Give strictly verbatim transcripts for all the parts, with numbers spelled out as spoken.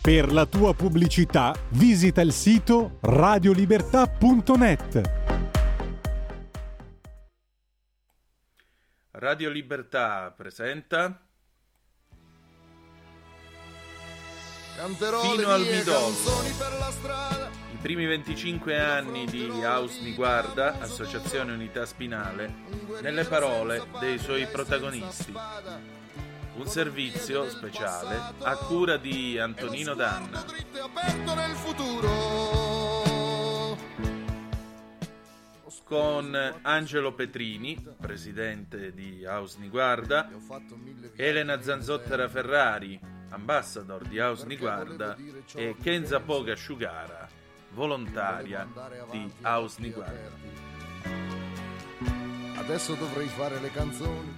Per la tua pubblicità visita il sito radiolibertà punto net. Radio Libertà presenta Canterò Fino le al mie midollo. canzoni per la strada. I primi venticinque anni di House Niguarda, Associazione Unità Spinale, nelle parole dei suoi protagonisti. Un servizio speciale a cura di Antonino Danna. Dritto e aperto nel futuro. Con Angelo Petrini, presidente di House Niguarda, Elena Zanzottera Ferrari, ambassador di House Niguarda, e Kenza Poga Sciugara, volontaria di House Niguarda. Adesso dovrei fare le canzoni.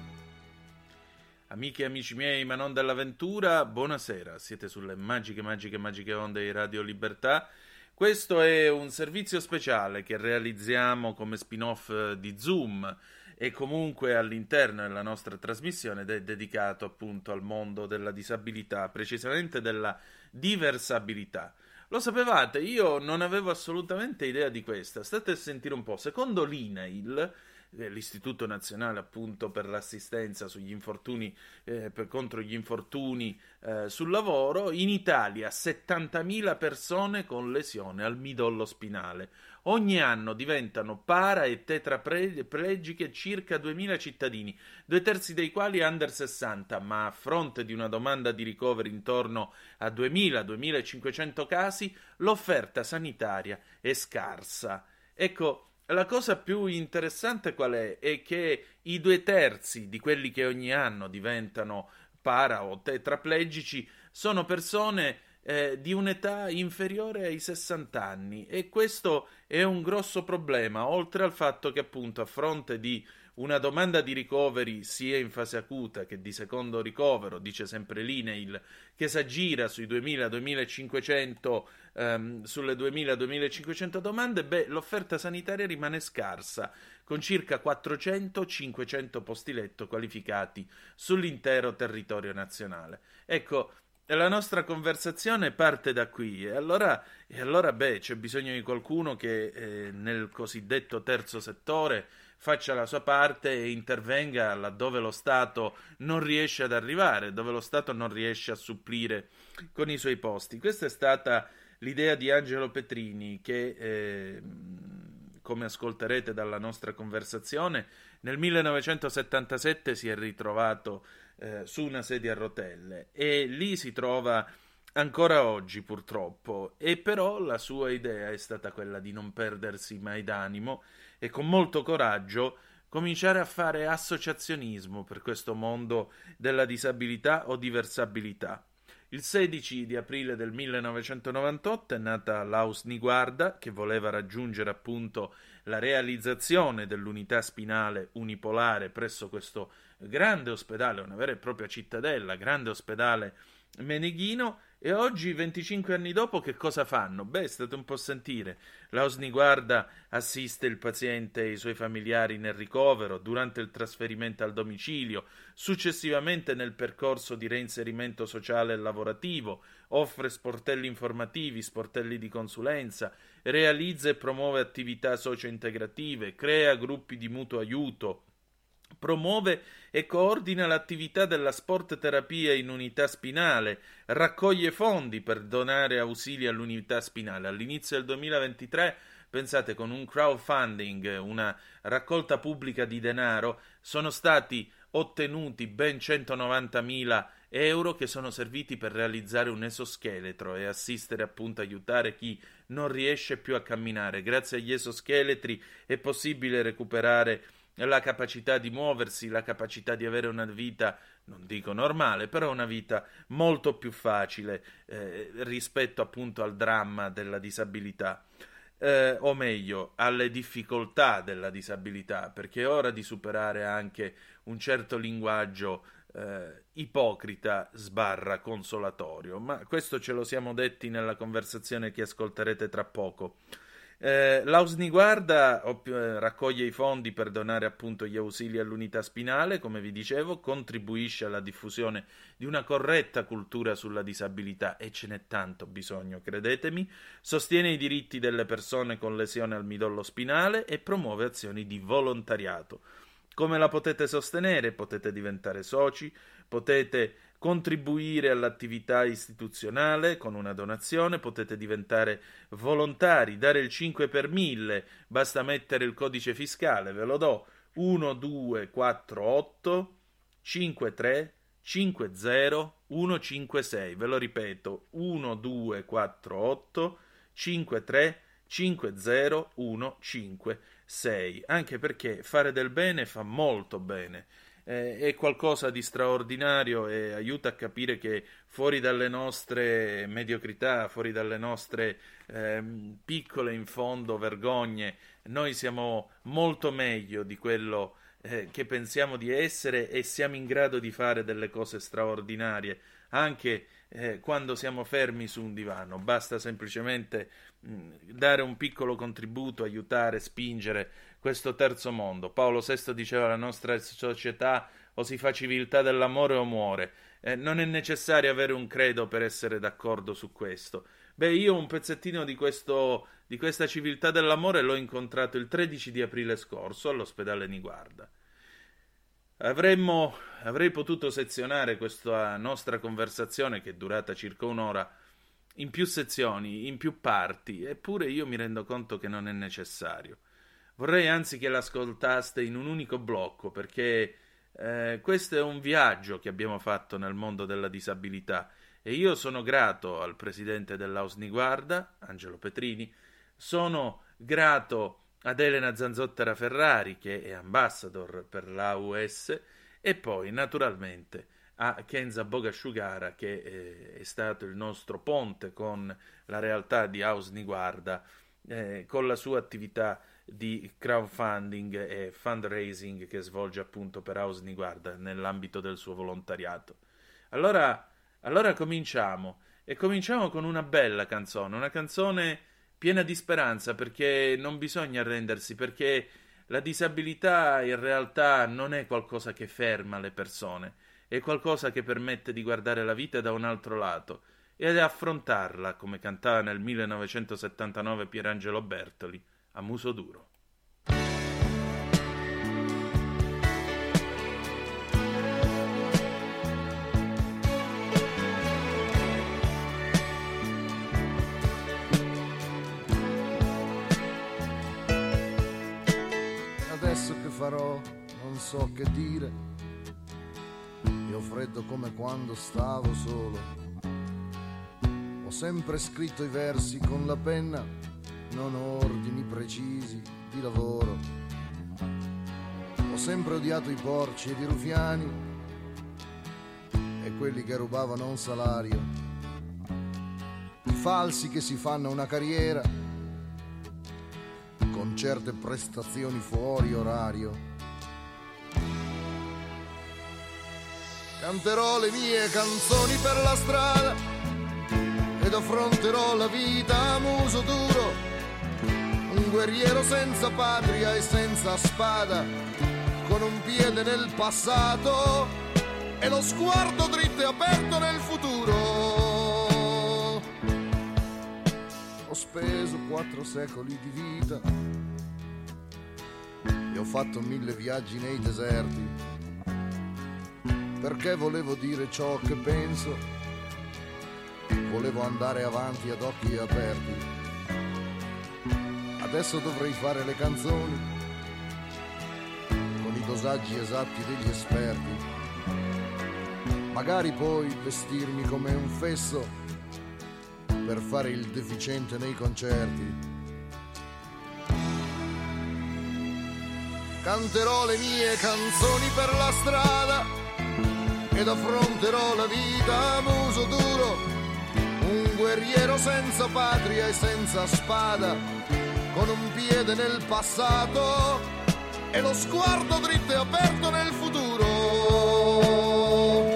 Amiche e amici miei, ma non dell'avventura, buonasera, siete sulle magiche, magiche, magiche onde di Radio Libertà. Questo è un servizio speciale che realizziamo come spin-off di Zoom e comunque all'interno della nostra trasmissione ed è dedicato appunto al mondo della disabilità, precisamente della diversabilità. Lo sapevate? Io non avevo assolutamente idea di questa. State a sentire un po'. Secondo l'I N A I L, l'Istituto Nazionale appunto per l'assistenza sugli infortuni eh, per, contro gli infortuni eh, sul lavoro, in Italia settantamila persone con lesione al midollo spinale. Ogni anno diventano para e tetraplegiche circa duemila cittadini, due terzi dei quali under sessanta, ma a fronte di una domanda di ricoveri intorno a duemila duemilacinquecento casi, l'offerta sanitaria è scarsa. Ecco, la cosa più interessante qual è? È che i due terzi di quelli che ogni anno diventano para o tetraplegici sono persone eh, di un'età inferiore ai sessanta anni, e questo è un grosso problema, oltre al fatto che appunto a fronte di una domanda di ricoveri sia in fase acuta che di secondo ricovero, dice sempre l'I N A I L, che si aggira sui duemila duemilacinquecento ehm, sulle duemila duemilacinquecento domande, beh, l'offerta sanitaria rimane scarsa, con circa quattrocento cinquecento posti letto qualificati sull'intero territorio nazionale. Ecco, la nostra conversazione parte da qui, e allora, e allora beh, c'è bisogno di qualcuno che eh, nel cosiddetto terzo settore faccia la sua parte e intervenga laddove lo Stato non riesce ad arrivare, dove lo Stato non riesce a supplire con i suoi posti. Questa è stata l'idea di Angelo Petrini che, eh, come ascolterete dalla nostra conversazione, nel millenovecentosettantasette si è ritrovato eh, su una sedia a rotelle e lì si trova ancora oggi purtroppo, e però la sua idea è stata quella di non perdersi mai d'animo e con molto coraggio cominciare a fare associazionismo per questo mondo della disabilità o diversabilità. Il sedici di aprile del millenovecentonovantotto è nata l'House Niguarda, che voleva raggiungere appunto la realizzazione dell'unità spinale unipolare presso questo grande ospedale, una vera e propria cittadella, grande ospedale meneghino. E oggi, venticinque anni dopo, che cosa fanno? Beh, state un po' a sentire. L'House Niguarda assiste il paziente e i suoi familiari nel ricovero, durante il trasferimento al domicilio, successivamente nel percorso di reinserimento sociale e lavorativo, offre sportelli informativi, sportelli di consulenza, realizza e promuove attività socio-integrative, crea gruppi di mutuo aiuto, promuove e coordina l'attività della sport terapia in unità spinale, raccoglie fondi per donare ausili all'unità spinale. All'inizio del duemilaventitré, pensate, con un crowdfunding, una raccolta pubblica di denaro, sono stati ottenuti ben centonovantamila euro che sono serviti per realizzare un esoscheletro e assistere, appunto, aiutare chi non riesce più a camminare. Grazie agli esoscheletri è possibile recuperare la capacità di muoversi, la capacità di avere una vita, non dico normale, però una vita molto più facile eh, rispetto appunto al dramma della disabilità, eh, o meglio, alle difficoltà della disabilità, perché è ora di superare anche un certo linguaggio eh, ipocrita sbarra consolatorio, ma questo ce lo siamo detti nella conversazione che ascolterete tra poco. Eh, L'Ausniguarda op- eh, raccoglie i fondi per donare appunto gli ausili all'unità spinale, come vi dicevo, contribuisce alla diffusione di una corretta cultura sulla disabilità, e ce n'è tanto bisogno, credetemi, sostiene i diritti delle persone con lesione al midollo spinale e promuove azioni di volontariato. Come la potete sostenere? Potete diventare soci, potete contribuire all'attività istituzionale con una donazione, potete diventare volontari, dare il cinque per mille, basta mettere il codice fiscale, ve lo do, uno due quattro otto cinque tre cinque zero uno cinque sei, ve lo ripeto, uno due quattro otto cinque tre cinque zero uno cinque sei, anche perché fare del bene fa molto bene. Eh, è qualcosa di straordinario e aiuta a capire che fuori dalle nostre mediocrità, fuori dalle nostre eh, piccole in fondo vergogne, noi siamo molto meglio di quello eh, che pensiamo di essere, e siamo in grado di fare delle cose straordinarie anche eh, quando siamo fermi su un divano. Basta semplicemente mh, dare un piccolo contributo, aiutare, spingere questo terzo mondo. Paolo sesto diceva: la nostra società o si fa civiltà dell'amore o muore. Eh, non è necessario avere un credo per essere d'accordo su questo. Beh, io un pezzettino di, questo, di questa civiltà dell'amore l'ho incontrato il tredici di aprile scorso all'ospedale Niguarda. Avremmo, avrei potuto sezionare questa nostra conversazione, che è durata circa un'ora, in più sezioni, in più parti, eppure io mi rendo conto che non è necessario. Vorrei anzi che l'ascoltaste in un unico blocco, perché eh, questo è un viaggio che abbiamo fatto nel mondo della disabilità, e io sono grato al presidente dell'Ausniguarda, Angelo Petrini, sono grato ad Elena Zanzottera Ferrari, che è ambassador per l'A U S, e poi naturalmente a Kenza Bogasciugara, che eh, è stato il nostro ponte con la realtà di Ausniguarda, eh, con la sua attività di crowdfunding e fundraising che svolge appunto per Ausniguarda nell'ambito del suo volontariato. Allora, allora cominciamo, e cominciamo con una bella canzone, una canzone piena di speranza, perché non bisogna arrendersi, perché la disabilità in realtà non è qualcosa che ferma le persone, è qualcosa che permette di guardare la vita da un altro lato e di affrontarla, come cantava nel millenovecentosettantanove Pierangelo Bertoli, a muso duro. Adesso che farò non so che dire, io ho freddo come quando stavo solo. Ho sempre scritto i versi con la penna, non ho ordini precisi di lavoro. Ho sempre odiato i porci ed i rufiani e quelli che rubavano un salario, i falsi che si fanno una carriera con certe prestazioni fuori orario. Canterò le mie canzoni per la strada ed affronterò la vita a muso duro, un guerriero senza patria e senza spada, con un piede nel passato e lo sguardo dritto e aperto nel futuro. Ho speso quattro secoli di vita e ho fatto mille viaggi nei deserti, perché volevo dire ciò che penso, volevo andare avanti ad occhi aperti. Adesso dovrei fare le canzoni con i dosaggi esatti degli esperti, magari poi vestirmi come un fesso per fare il deficiente nei concerti. Canterò le mie canzoni per la strada ed affronterò la vita a muso duro, un guerriero senza patria e senza spada, con un piede nel passato e lo sguardo dritto e aperto nel futuro.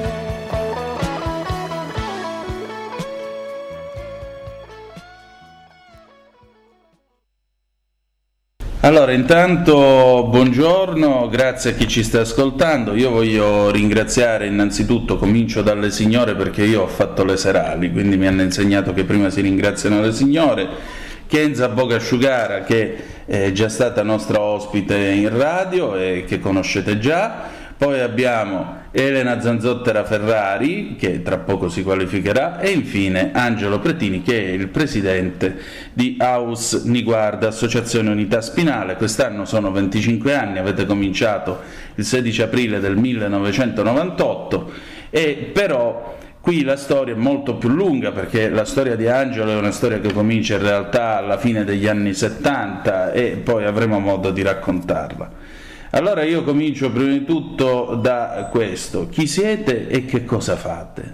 Allora, intanto buongiorno, grazie a chi ci sta ascoltando. Io voglio ringraziare innanzitutto, comincio dalle signore perché io ho fatto le serali, quindi mi hanno insegnato che prima si ringraziano le signore. Kenza Bogasciugara, che è già stata nostra ospite in radio e che conoscete già. Poi abbiamo Elena Zanzottera Ferrari, che tra poco si qualificherà, e infine Angelo Pretini, che è il presidente di A U S Niguarda, Associazione Unità Spinale. Quest'anno sono venticinque anni, avete cominciato il sedici aprile del millenovecentonovantotto, e però qui la storia è molto più lunga, perché la storia di Angelo è una storia che comincia in realtà alla fine degli anni settanta e poi avremo modo di raccontarla. Allora io comincio prima di tutto da questo: chi siete e che cosa fate?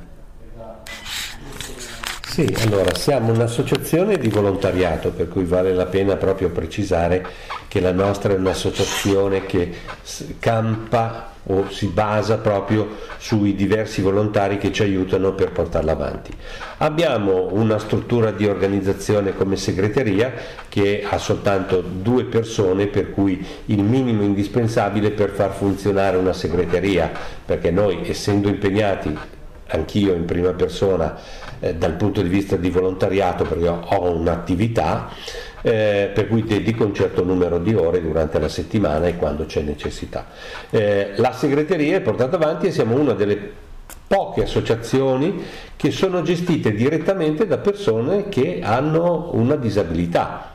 Sì, allora siamo un'associazione di volontariato, per cui vale la pena proprio precisare che la nostra è un'associazione che campa o si basa proprio sui diversi volontari che ci aiutano per portarla avanti. Abbiamo una struttura di organizzazione come segreteria che ha soltanto due persone, per cui il minimo indispensabile per far funzionare una segreteria, perché noi, essendo impegnati, anch'io in prima persona, eh, dal punto di vista di volontariato, perché ho un'attività eh, per cui dedico un certo numero di ore durante la settimana e quando c'è necessità. Eh, la segreteria è portata avanti e siamo una delle poche associazioni che sono gestite direttamente da persone che hanno una disabilità.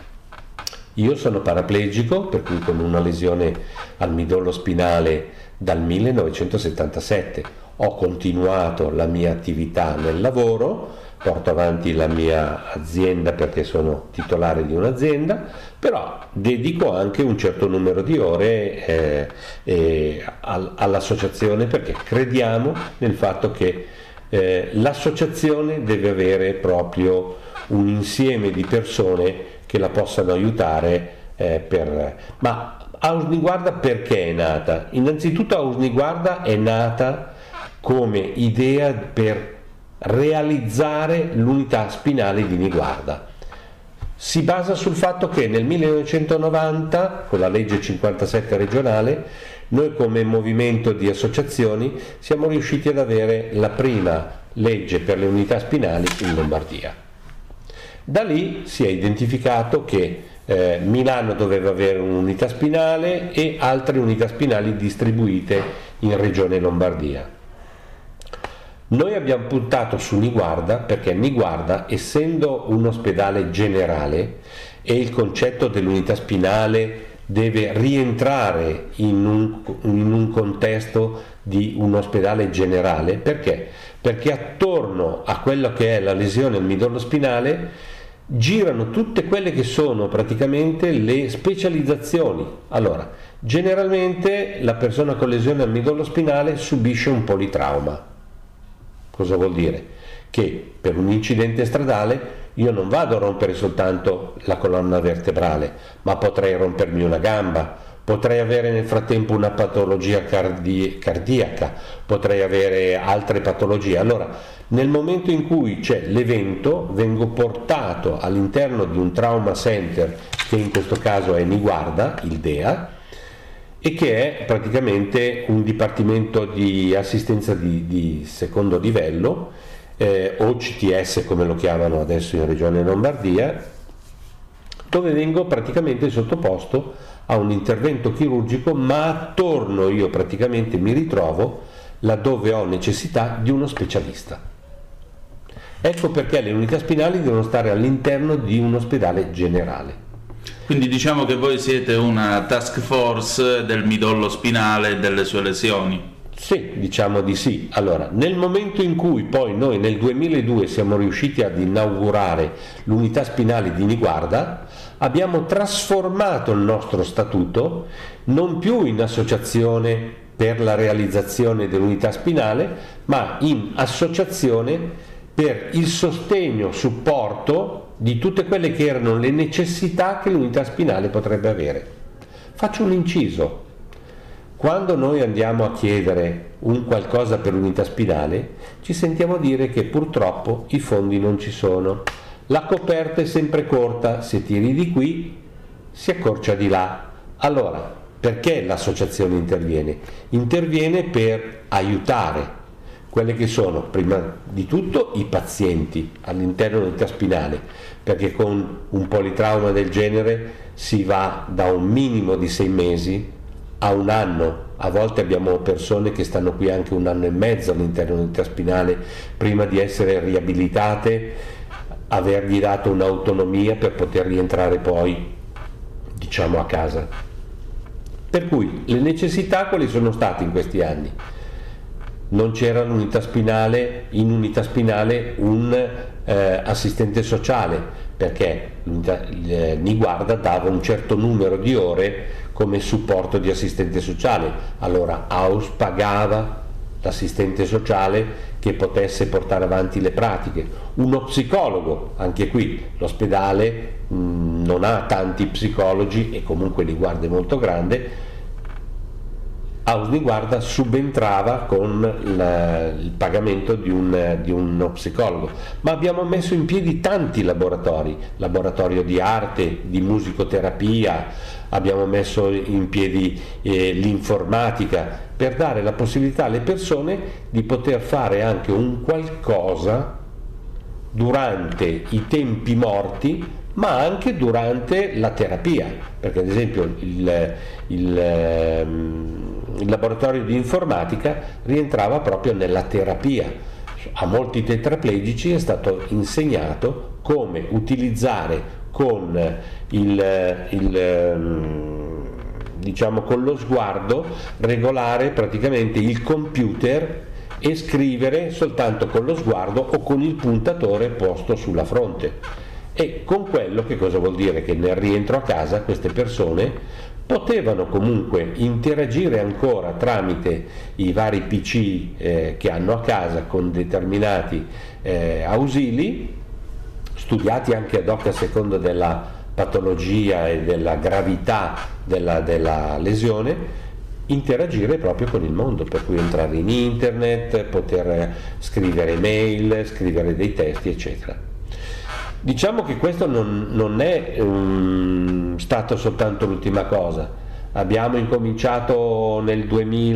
Io sono paraplegico, per cui con una lesione al midollo spinale dal millenovecentosettantasette. Ho continuato la mia attività nel lavoro, porto avanti la mia azienda perché sono titolare di un'azienda, però dedico anche un certo numero di ore eh, eh, all'associazione, perché crediamo nel fatto che eh, l'associazione deve avere proprio un insieme di persone che la possano aiutare eh, per... Ma A U S Niguarda perché è nata? Innanzitutto A U S Niguarda è nata come idea per realizzare l'unità spinale di Niguarda. Si basa sul fatto che nel millenovecentonovanta, con la legge cinquantasette regionale, noi come movimento di associazioni siamo riusciti ad avere la prima legge per le unità spinali in Lombardia. Da lì si è identificato che eh, Milano doveva avere un'unità spinale e altre unità spinali distribuite in regione Lombardia. Noi abbiamo puntato su Niguarda perché Niguarda, essendo un ospedale generale, e il concetto dell'unità spinale deve rientrare in un, in un contesto di un ospedale generale. Perché? Perché attorno a quello che è la lesione al midollo spinale girano tutte quelle che sono praticamente le specializzazioni. Allora, generalmente la persona con lesione al midollo spinale subisce un politrauma. Cosa vuol dire? Che per un incidente stradale io non vado a rompere soltanto la colonna vertebrale, ma potrei rompermi una gamba, potrei avere nel frattempo una patologia cardi- cardiaca, potrei avere altre patologie. Allora, nel momento in cui c'è l'evento, vengo portato all'interno di un trauma center, che in questo caso è Niguarda, il D E A, e che è praticamente un dipartimento di assistenza di, di secondo livello, eh, o C T S come lo chiamano adesso in Regione Lombardia, dove vengo praticamente sottoposto a un intervento chirurgico, ma attorno io praticamente mi ritrovo laddove ho necessità di uno specialista. Ecco perché le unità spinali devono stare all'interno di un ospedale generale. Quindi diciamo che voi siete una task force del midollo spinale e delle sue lesioni. Sì, diciamo di sì. Allora, nel momento in cui poi noi nel duemiladue siamo riusciti ad inaugurare l'unità spinale di Niguarda, abbiamo trasformato il nostro statuto non più in associazione per la realizzazione dell'unità spinale, ma in associazione per il sostegno, supporto di tutte quelle che erano le necessità che l'unità spinale potrebbe avere. Faccio un inciso. Quando noi andiamo a chiedere un qualcosa per l'unità spinale, ci sentiamo dire che purtroppo i fondi non ci sono. La coperta è sempre corta, se tiri di qui si accorcia di là. Allora, perché l'associazione interviene? Interviene per aiutare quelle che sono, prima di tutto, i pazienti all'interno dell'unità spinale, perché con un politrauma del genere si va da un minimo di sei mesi a un anno. A volte abbiamo persone che stanno qui anche un anno e mezzo all'interno dell'unità spinale prima di essere riabilitate, avergli dato un'autonomia per poter rientrare poi, diciamo, a casa. Per cui le necessità quali sono state in questi anni? Non c'era l'unità spinale, in unità spinale un eh, assistente sociale, perché il Niguarda dava un certo numero di ore come supporto di assistente sociale. Allora Aus pagava l'assistente sociale che potesse portare avanti le pratiche. Uno psicologo, anche qui l'ospedale mh, non ha tanti psicologi e comunque Niguarda è molto grande. Aus Niguarda subentrava con la, il pagamento di, un, di uno psicologo, ma abbiamo messo in piedi tanti laboratori, laboratorio di arte, di musicoterapia, abbiamo messo in piedi eh, l'informatica per dare la possibilità alle persone di poter fare anche un qualcosa durante i tempi morti, ma anche durante la terapia, perché ad esempio il, il il laboratorio di informatica rientrava proprio nella terapia. A molti tetraplegici è stato insegnato come utilizzare con il, il diciamo con lo sguardo regolare praticamente il computer e scrivere soltanto con lo sguardo o con il puntatore posto sulla fronte. E con quello che cosa vuol dire? Che nel rientro a casa queste persone potevano comunque interagire ancora tramite i vari P C eh, che hanno a casa con determinati eh, ausili, studiati anche ad hoc a seconda della patologia e della gravità della, della lesione, interagire proprio con il mondo, per cui entrare in internet, poter scrivere mail, scrivere dei testi, eccetera. Diciamo che questo non, non è um, stato soltanto l'ultima cosa. Abbiamo incominciato nel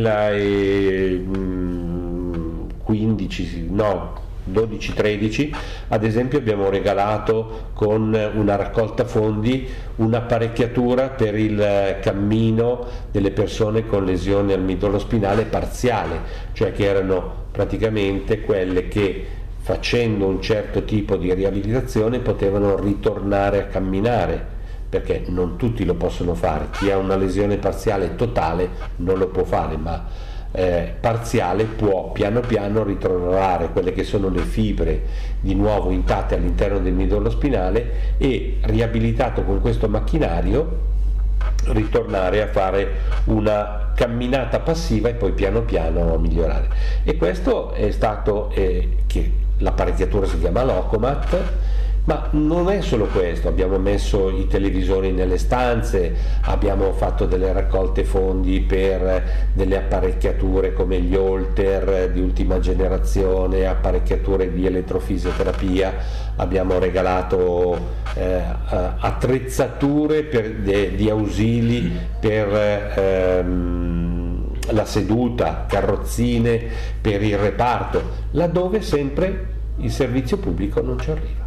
duemilaquindici, no, dodici tredici, ad esempio abbiamo regalato con una raccolta fondi un'apparecchiatura per il cammino delle persone con lesione al midollo spinale parziale, cioè che erano praticamente quelle che facendo un certo tipo di riabilitazione potevano ritornare a camminare, perché non tutti lo possono fare. Chi ha una lesione parziale totale non lo può fare, ma eh, parziale può piano piano ritrovare quelle che sono le fibre di nuovo intatte all'interno del midollo spinale e, riabilitato con questo macchinario, ritornare a fare una camminata passiva e poi piano piano migliorare. E questo è stato eh, che l'apparecchiatura si chiama Locomat, ma non è solo questo, abbiamo messo i televisori nelle stanze, abbiamo fatto delle raccolte fondi per delle apparecchiature come gli Holter di ultima generazione, apparecchiature di elettrofisioterapia, abbiamo regalato eh, attrezzature per, de, di ausili per ehm, la seduta, carrozzine per il reparto, laddove sempre il servizio pubblico non ci arriva.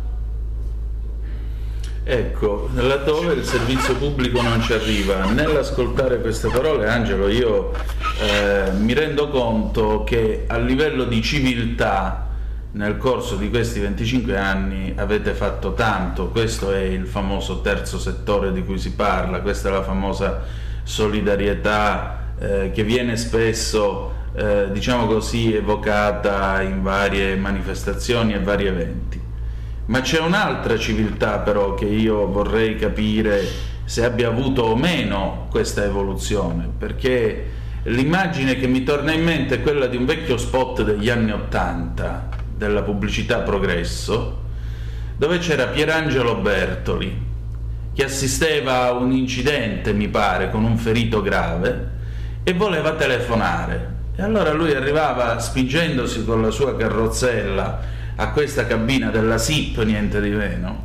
Ecco, laddove il servizio pubblico non ci arriva, nell'ascoltare queste parole, Angelo, io eh, mi rendo conto che a livello di civiltà nel corso di questi venticinque anni avete fatto tanto. Questo è il famoso terzo settore di cui si parla, questa è la famosa solidarietà eh, che viene spesso, eh, diciamo così, evocata in varie manifestazioni e vari eventi. Ma c'è un'altra civiltà però che io vorrei capire se abbia avuto o meno questa evoluzione, perché l'immagine che mi torna in mente è quella di un vecchio spot degli anni ottanta della pubblicità Progresso, dove c'era Pierangelo Bertoli che assisteva a un incidente, mi pare, con un ferito grave e voleva telefonare, e allora lui arrivava spingendosi con la sua carrozzella a questa cabina della S I P, niente di meno,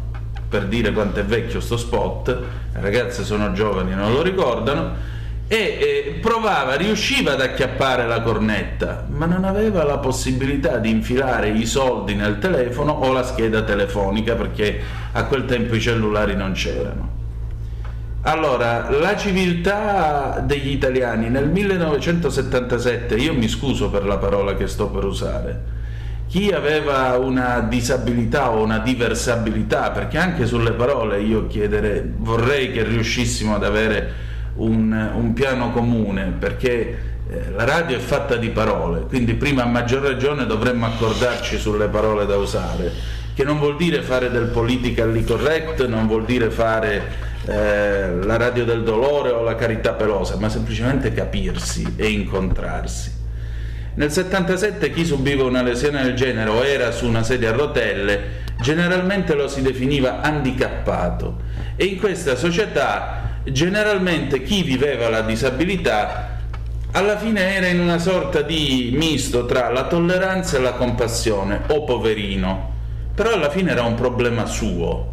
per dire quanto è vecchio sto spot, le ragazze sono giovani, non lo ricordano, e eh, provava, riusciva ad acchiappare la cornetta, ma non aveva la possibilità di infilare i soldi nel telefono o la scheda telefonica, perché a quel tempo i cellulari non c'erano. Allora, la civiltà degli italiani nel millenovecentosettantasette, io mi scuso per la parola che sto per usare, chi aveva una disabilità o una diversabilità, perché anche sulle parole io chiederei, vorrei che riuscissimo ad avere un, un piano comune, perché eh, la radio è fatta di parole, quindi prima a maggior ragione dovremmo accordarci sulle parole da usare, che non vuol dire fare del politically correct, non vuol dire fare eh, la radio del dolore o la carità pelosa, ma semplicemente capirsi e incontrarsi. Nel settantasette chi subiva una lesione del genere o era su una sedia a rotelle generalmente lo si definiva handicappato, e in questa società generalmente chi viveva la disabilità alla fine era in una sorta di misto tra la tolleranza e la compassione, o poverino, però alla fine era un problema suo.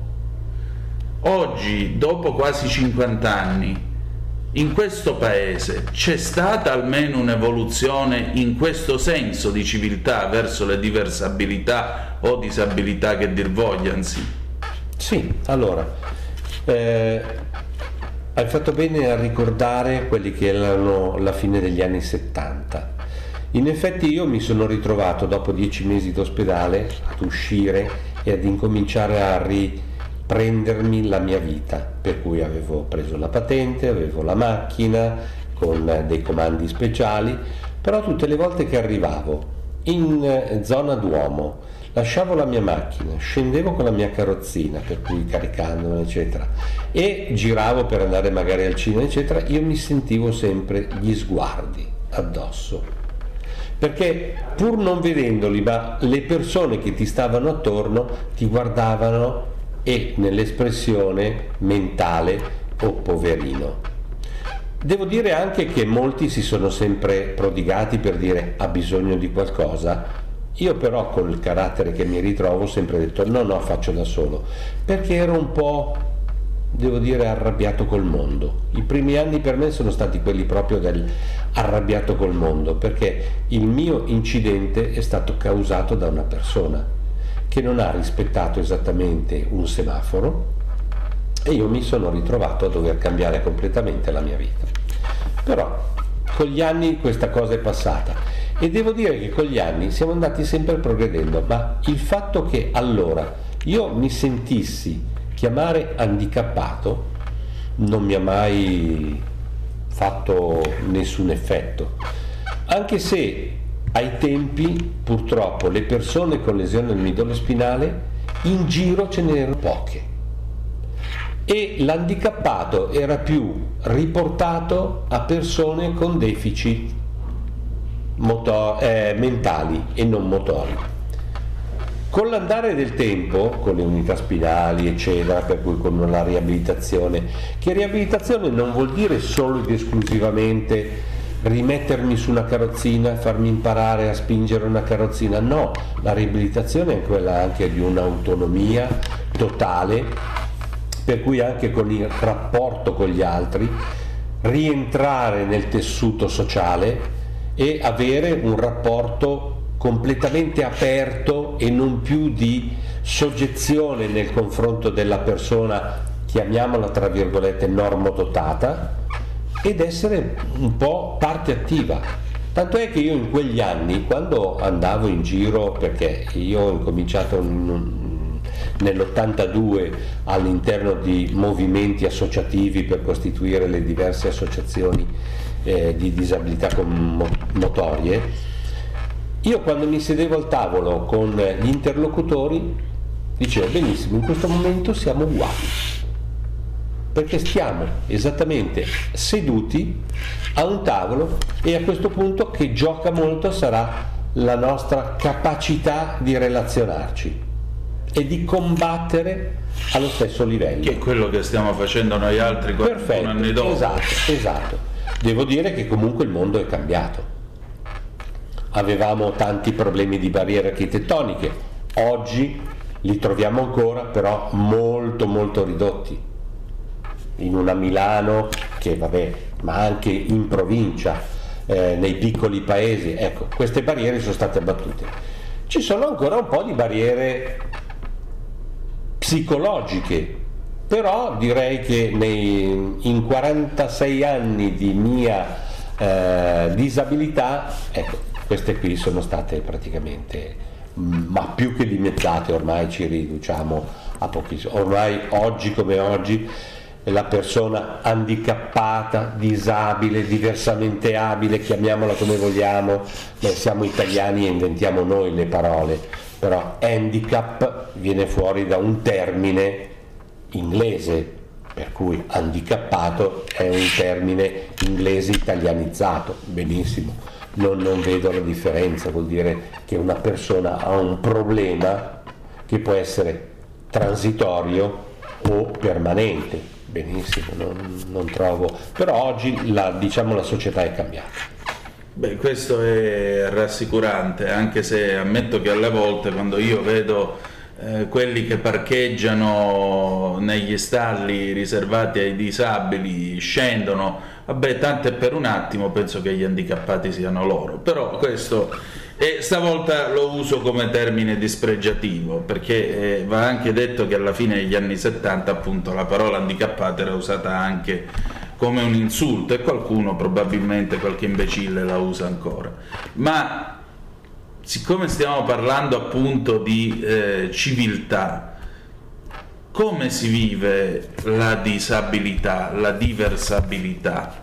Oggi, dopo quasi cinquanta anni, in questo paese c'è stata almeno un'evoluzione in questo senso di civiltà verso le diversabilità o disabilità, che dir vogliansi? Sì, allora eh, hai fatto bene a ricordare quelli che erano la fine degli anni settanta. In effetti io mi sono ritrovato dopo dieci mesi d'ospedale ad uscire e ad incominciare a riprendermi la mia vita, per cui avevo preso la patente, avevo la macchina con dei comandi speciali, però tutte le volte che arrivavo in zona Duomo lasciavo la mia macchina, scendevo con la mia carrozzina, per cui caricandola eccetera, e giravo per andare magari al cinema eccetera, io mi sentivo sempre gli sguardi addosso, perché pur non vedendoli, ma le persone che ti stavano attorno ti guardavano e nell'espressione mentale o poverino. Devo dire anche che molti si sono sempre prodigati per dire ha bisogno di qualcosa. Io però con il carattere che mi ritrovo ho sempre detto no no, faccio da solo, perché ero un po', devo dire, arrabbiato col mondo. I primi anni per me sono stati quelli proprio del arrabbiato col mondo, perché il mio incidente è stato causato da una persona che non ha rispettato esattamente un semaforo e io mi sono ritrovato a dover cambiare completamente la mia vita. Però con gli anni questa cosa è passata e devo dire che con gli anni siamo andati sempre progredendo, ma il fatto che allora io mi sentissi chiamare handicappato non mi ha mai fatto nessun effetto, anche se ai tempi purtroppo le persone con lesione del midollo spinale in giro ce n'erano poche e l'handicappato era più riportato a persone con deficit motor- eh, mentali e non motori. Con l'andare del tempo, con le unità spinali eccetera, per cui con la riabilitazione, che riabilitazione non vuol dire solo ed esclusivamente rimettermi su una carrozzina, farmi imparare a spingere una carrozzina, no, la riabilitazione è quella anche di un'autonomia totale, per cui anche con il rapporto con gli altri, rientrare nel tessuto sociale e avere un rapporto completamente aperto e non più di soggezione nei confronto della persona, chiamiamola tra virgolette normodotata, ed essere un po' parte attiva. Tanto è che io in quegli anni, quando andavo in giro, perché io ho incominciato nell'ottantadue all'interno di movimenti associativi per costituire le diverse associazioni eh, di disabilità motorie, io quando mi sedevo al tavolo con gli interlocutori dicevo benissimo, in questo momento siamo uguali, perché stiamo esattamente seduti a un tavolo e a questo punto che gioca molto sarà la nostra capacità di relazionarci e di combattere allo stesso livello. Che è quello che stiamo facendo noi altri Perfetto, anni dopo. Esatto, esatto. Devo dire che comunque il mondo è cambiato. Avevamo tanti problemi di barriere architettoniche. Oggi li troviamo ancora, però molto molto ridotti. In una Milano che vabbè, ma anche in provincia, eh, nei piccoli paesi, ecco, queste barriere sono state abbattute. Ci sono ancora un po' di barriere psicologiche, però direi che nei, in quarantasei anni di mia eh, disabilità, ecco, queste qui sono state praticamente, ma più che dimezzate, ormai ci riduciamo a pochissimo. Ormai oggi come oggi la persona handicappata, disabile, diversamente abile, chiamiamola come vogliamo, beh, siamo italiani e inventiamo noi le parole, però handicap viene fuori da un termine inglese, per cui handicappato è un termine inglese italianizzato, benissimo, non, non vedo la differenza, vuol dire che una persona ha un problema che può essere transitorio o permanente, benissimo, non, non trovo, però oggi la, diciamo, la società è cambiata. Beh, questo è rassicurante, anche se ammetto che alle volte quando io vedo eh, quelli che parcheggiano negli stalli riservati ai disabili scendono, vabbè, tanto è per un attimo, penso che gli handicappati siano loro, però questo, e stavolta lo uso come termine dispregiativo, perché eh, va anche detto che alla fine degli anni settanta appunto la parola handicappato era usata anche come un insulto e qualcuno, probabilmente qualche imbecille, la usa ancora. Ma siccome stiamo parlando appunto di eh, civiltà, come si vive la disabilità, la diversabilità?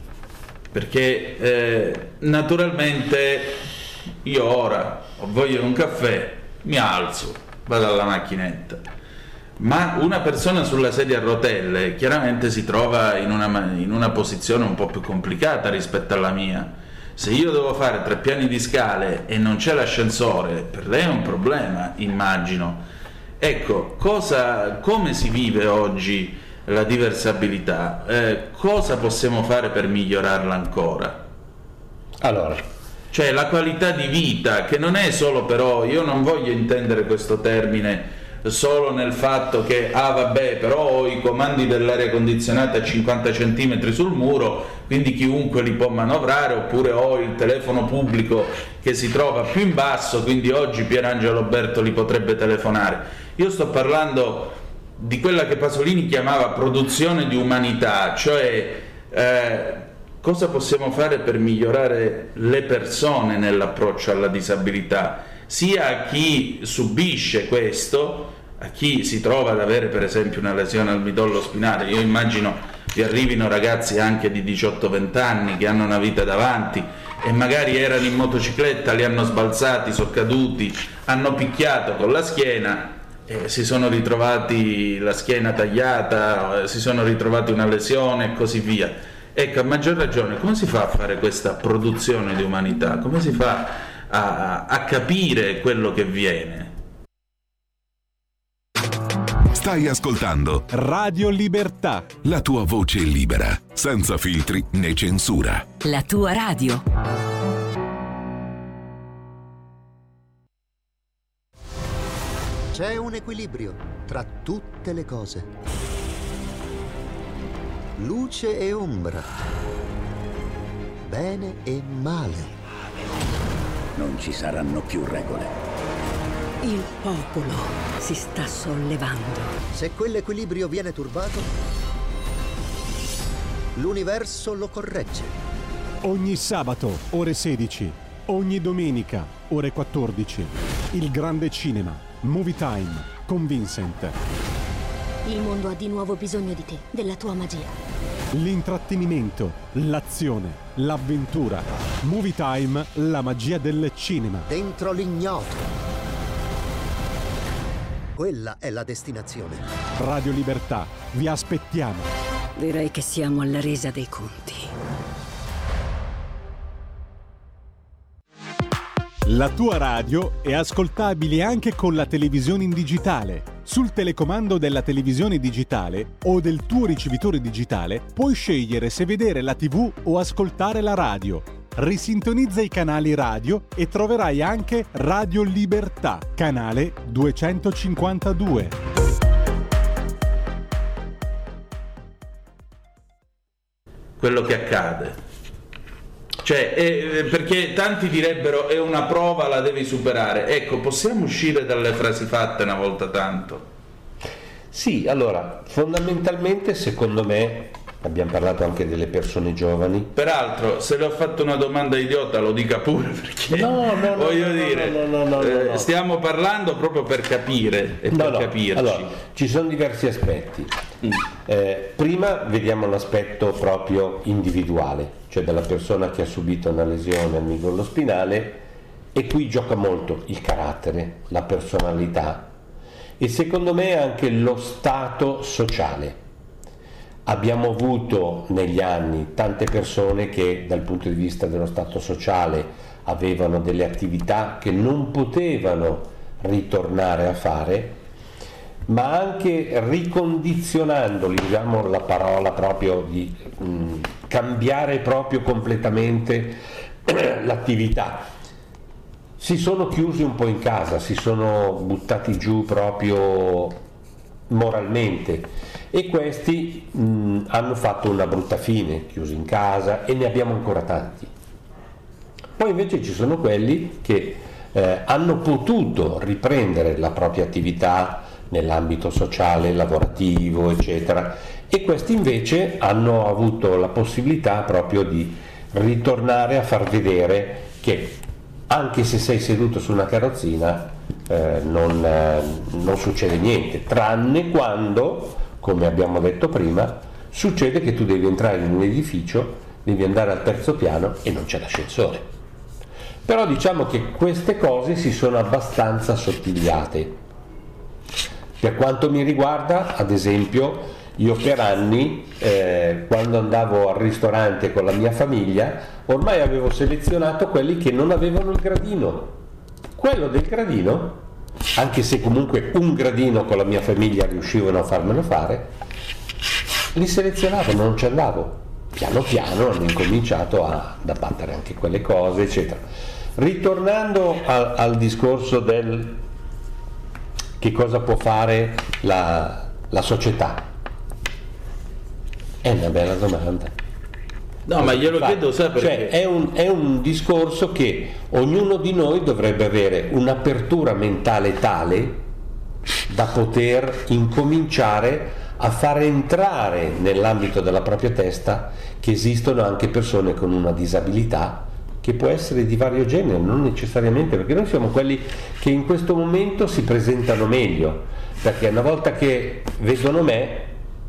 Perché eh, naturalmente io ora ho voglia di un caffè, mi alzo, vado alla macchinetta. Ma una persona sulla sedia a rotelle chiaramente si trova in una, in una posizione un po' più complicata rispetto alla mia. Se io devo fare tre piani di scale e non c'è l'ascensore, per lei è un problema, immagino. Ecco, cosa, come si vive oggi la diversabilità? Eh, cosa possiamo fare per migliorarla ancora? Allora, cioè la qualità di vita, che non è solo, però, io non voglio intendere questo termine solo nel fatto che, ah vabbè, però ho i comandi dell'aria condizionata a cinquanta centimetri sul muro, quindi chiunque li può manovrare, oppure ho il telefono pubblico che si trova più in basso, quindi oggi Pierangelo Bertoli potrebbe telefonare. Io sto parlando di quella che Pasolini chiamava produzione di umanità, cioè eh, cosa possiamo fare per migliorare le persone nell'approccio alla disabilità, sia a chi subisce questo, a chi si trova ad avere per esempio una lesione al midollo spinale. Io immagino vi arrivino ragazzi anche di diciotto venti anni che hanno una vita davanti e magari erano in motocicletta, li hanno sbalzati, sono caduti, hanno picchiato con la schiena e si sono ritrovati la schiena tagliata, si sono ritrovati una lesione e così via. Ecco, a maggior ragione, come si fa a fare questa produzione di umanità? Come si fa a, a capire quello che viene? Stai ascoltando Radio Libertà, la tua voce libera, senza filtri né censura. La tua radio. C'è un equilibrio tra tutte le cose. Luce e ombra. Bene e male. Non ci saranno più regole. Il popolo si sta sollevando. Se quell'equilibrio viene turbato, l'universo lo corregge. ogni sabato ore sedici, ogni domenica ore quattordici. Il grande cinema, Movie Time con Vincent. Il mondo ha di nuovo bisogno di te, della tua magia. L'intrattenimento, l'azione, l'avventura. Movie Time, la magia del cinema. Dentro l'ignoto. Quella è la destinazione. Radio Libertà, vi aspettiamo. Direi che siamo alla resa dei conti. La tua radio è ascoltabile anche con la televisione in digitale. Sul telecomando della televisione digitale o del tuo ricevitore digitale puoi scegliere se vedere la tivù o ascoltare la radio. Risintonizza i canali radio e troverai anche Radio Libertà, canale duecentocinquantadue. Quello che accade. Cioè, eh, perché tanti direbbero è una prova, la devi superare. Ecco, possiamo uscire dalle frasi fatte una volta tanto? Sì, allora, fondamentalmente secondo me, abbiamo parlato anche delle persone giovani. Peraltro, se le ho fatto una domanda idiota lo dica pure, perché no, no, voglio no, dire, no, no, no, no, eh, no. stiamo parlando proprio per capire e no, per no. capirci. Allora, ci sono diversi aspetti. Mm. Eh, prima vediamo l'aspetto proprio individuale, cioè della persona che ha subito una lesione al midollo spinale, e qui gioca molto il carattere, la personalità e secondo me anche lo stato sociale. Abbiamo avuto negli anni tante persone che dal punto di vista dello stato sociale avevano delle attività che non potevano ritornare a fare, ma anche ricondizionandoli, usiamo la parola proprio di mh, cambiare proprio completamente l'attività. Si sono chiusi un po' in casa, si sono buttati giù proprio moralmente e questi mh, hanno fatto una brutta fine, chiusi in casa, e ne abbiamo ancora tanti. Poi invece ci sono quelli che eh, hanno potuto riprendere la propria attività nell'ambito sociale, lavorativo, eccetera, e questi invece hanno avuto la possibilità proprio di ritornare a far vedere che anche se sei seduto su una carrozzina eh, non, eh, non succede niente, tranne quando, come abbiamo detto prima, succede che tu devi entrare in un edificio, devi andare al terzo piano e non c'è l'ascensore. Però diciamo che queste cose si sono abbastanza assottigliate. Per quanto mi riguarda, ad esempio, io per anni, eh, quando andavo al ristorante con la mia famiglia, ormai avevo selezionato quelli che non avevano il gradino. Quello del gradino, anche se comunque un gradino con la mia famiglia riuscivano a farmelo fare, li selezionavo, non ci andavo. Piano piano hanno incominciato a, ad abbattere anche quelle cose, eccetera. Ritornando al, al discorso del che cosa può fare la, la società. È una bella domanda. No, ma glielo chiedo, sai perché? Cioè, è un, è un discorso che ognuno di noi dovrebbe avere un'apertura mentale tale da poter incominciare a far entrare nell'ambito della propria testa che esistono anche persone con una disabilità che può essere di vario genere, non necessariamente, perché noi siamo quelli che in questo momento si presentano meglio, perché una volta che vedono me,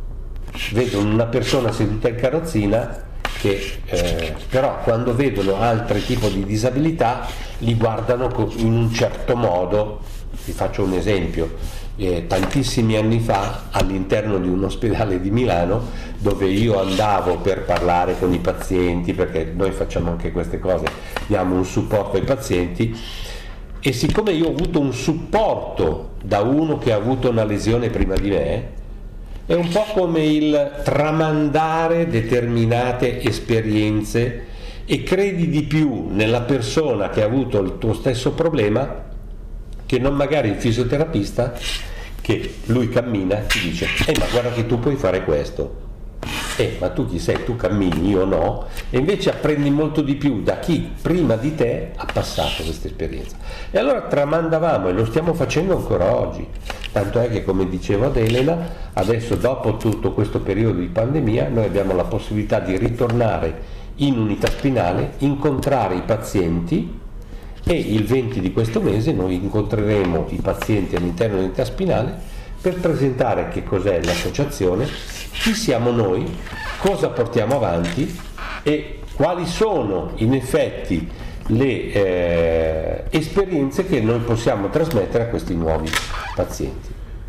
vedono una persona seduta in carrozzina che eh, però quando vedono altri tipi di disabilità li guardano in un certo modo. Vi faccio un esempio: eh, tantissimi anni fa all'interno di un ospedale di Milano, dove io andavo per parlare con i pazienti, perché noi facciamo anche queste cose, diamo un supporto ai pazienti, e siccome io ho avuto un supporto da uno che ha avuto una lesione prima di me, è un po' come il tramandare determinate esperienze e credi di più nella persona che ha avuto il tuo stesso problema che non magari il fisioterapista, che lui cammina e ti dice eh ma guarda che tu puoi fare questo, eh ma tu chi sei, tu cammini, io no, e invece apprendi molto di più da chi prima di te ha passato questa esperienza. E allora tramandavamo, e lo stiamo facendo ancora oggi, tanto è che, come diceva ad Elena, adesso dopo tutto questo periodo di pandemia noi abbiamo la possibilità di ritornare in unità spinale, incontrare i pazienti, e il venti di questo mese noi incontreremo i pazienti all'interno dell'unità spinale per presentare che cos'è l'associazione, chi siamo noi, cosa portiamo avanti e quali sono in effetti le eh, esperienze che noi possiamo trasmettere a questi nuovi pazienti.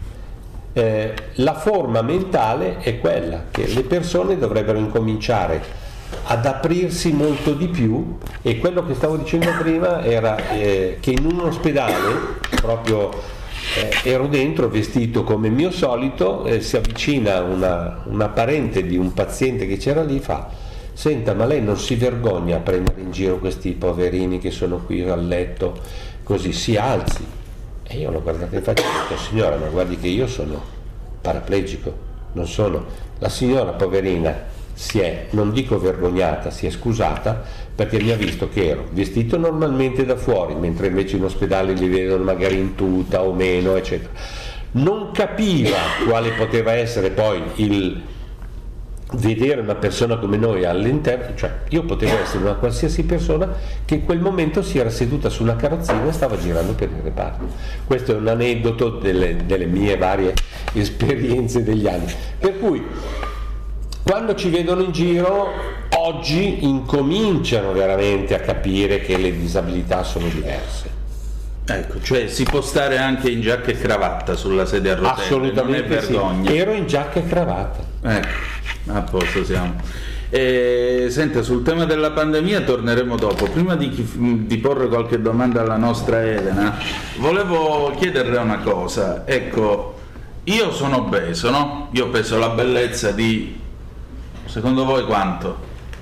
Eh, la forma mentale è quella che le persone dovrebbero incominciare ad aprirsi molto di più, e quello che stavo dicendo prima era eh, che in un ospedale proprio eh, ero dentro vestito come mio solito, eh, si avvicina una, una parente di un paziente che c'era lì, fa senta, ma lei non si vergogna a prendere in giro questi poverini che sono qui al letto, così si alzi. E io l'ho guardata in faccia e ho detto, signora, ma guardi che io sono paraplegico, non sono. La signora poverina si è, non dico vergognata, si è scusata perché mi ha visto che ero vestito normalmente da fuori, mentre invece in ospedale li vedono magari in tuta o meno, eccetera. Non capiva quale poteva essere poi il vedere una persona come noi all'interno, cioè io potevo essere una qualsiasi persona che in quel momento si era seduta su una carrozzina e stava girando per il reparto. Questo è un aneddoto delle, delle mie varie esperienze degli anni, per cui quando ci vedono in giro oggi incominciano veramente a capire che le disabilità sono diverse. Ecco, cioè si può stare anche in giacca e cravatta sulla sedia a rotelle, assolutamente, non è vergogna. Sì. Ero in giacca e cravatta. Ecco, a posto siamo. E, senta, sul tema della pandemia torneremo dopo. Prima di, di porre qualche domanda alla nostra Elena, volevo chiederle una cosa. Ecco, io sono obeso, no? Io peso la bellezza di, secondo voi quanto?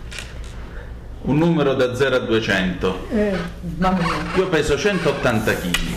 Un numero da zero a duecento. Eh, mamma mia. Io peso centottanta chili.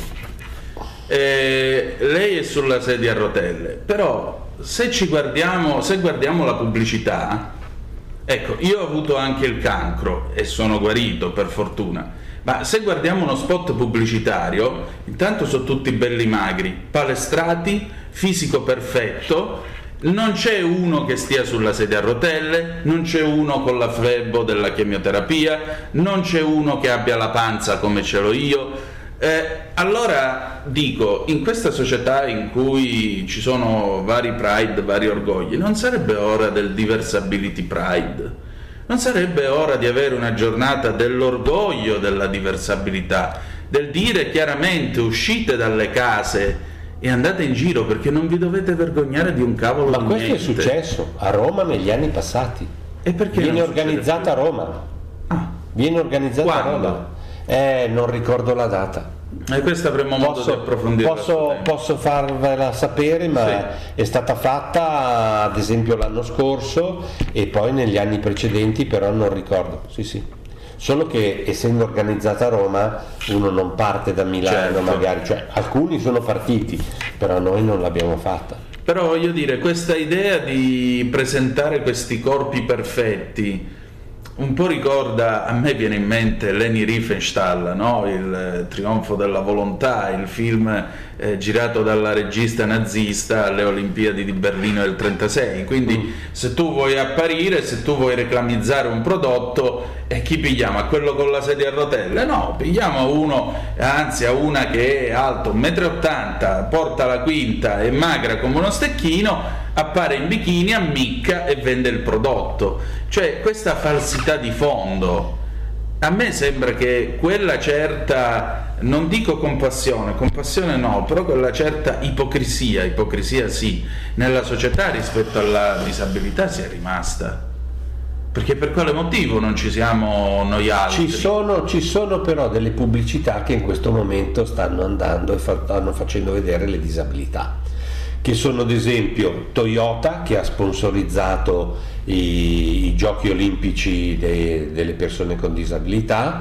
Eh, lei è sulla sedia a rotelle, però se ci guardiamo, se guardiamo la pubblicità, ecco, io ho avuto anche il cancro e sono guarito per fortuna, ma se guardiamo uno spot pubblicitario, intanto sono tutti belli magri, palestrati, fisico perfetto. Non c'è uno che stia sulla sedia a rotelle, non c'è uno con la flebo della chemioterapia, non c'è uno che abbia la panza come ce l'ho io. Eh, allora dico, in questa società in cui ci sono vari pride, vari orgogli, non sarebbe ora del Diversability Pride? Non sarebbe ora di avere una giornata dell'orgoglio della diversabilità, del dire chiaramente uscite dalle case e andate in giro perché non vi dovete vergognare di un cavolo ma di questo niente. È successo a Roma negli anni passati. E perché viene organizzata a Roma? Ah. Viene organizzata Quando? a Roma. Eh, non ricordo la data. E questo avremmo modo Posso, di approfondire. posso, posso farvela sapere, ma Sì. è stata fatta ad esempio l'anno scorso e poi negli anni precedenti, però non ricordo. Sì, sì. Solo che essendo organizzata a Roma uno non parte da Milano, Certo. magari, cioè alcuni sono partiti, però noi non l'abbiamo fatta. Però voglio dire, questa idea di presentare questi corpi perfetti un po' ricorda, a me viene in mente Leni Riefenstahl, no? Il trionfo della volontà, il film eh, girato dalla regista nazista alle Olimpiadi di Berlino del trentasei. Quindi mm. se tu vuoi apparire, se tu vuoi reclamizzare un prodotto, e eh, chi pigliamo? A quello con la sedia a rotelle? No, pigliamo uno, anzi a una che è alto un metro e ottanta, porta la quinta, è magra come uno stecchino, appare in bikini, ammicca e vende il prodotto. Cioè questa falsità di fondo, a me sembra che quella certa, non dico compassione, compassione no, però quella certa ipocrisia, ipocrisia sì, nella società rispetto alla disabilità sia rimasta. Perché per quale motivo non ci siamo noi altri? Ci sono, ci sono però delle pubblicità che in questo momento stanno andando e fa, stanno facendo vedere le disabilità, che sono ad esempio Toyota, che ha sponsorizzato i, i giochi olimpici de, delle persone con disabilità,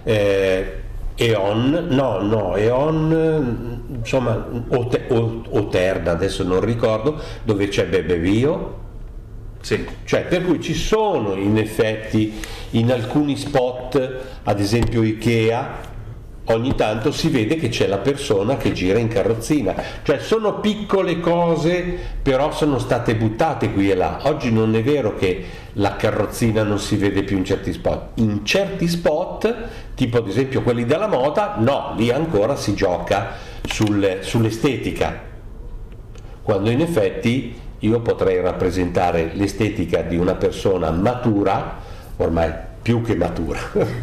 eh, E O N, no, no, E O N, insomma, o, te, o, o Terna, adesso non ricordo, dove c'è Bebevio. Sì. Cioè, per cui ci sono in effetti in alcuni spot, ad esempio Ikea, ogni tanto si vede che c'è la persona che gira in carrozzina. Cioè sono piccole cose, però sono state buttate qui e là. Oggi non è vero che la carrozzina non si vede più in certi spot. In certi spot, tipo ad esempio quelli della moda, no, lì ancora si gioca sul, sull'estetica, quando in effetti io potrei rappresentare l'estetica di una persona matura, ormai più che matura.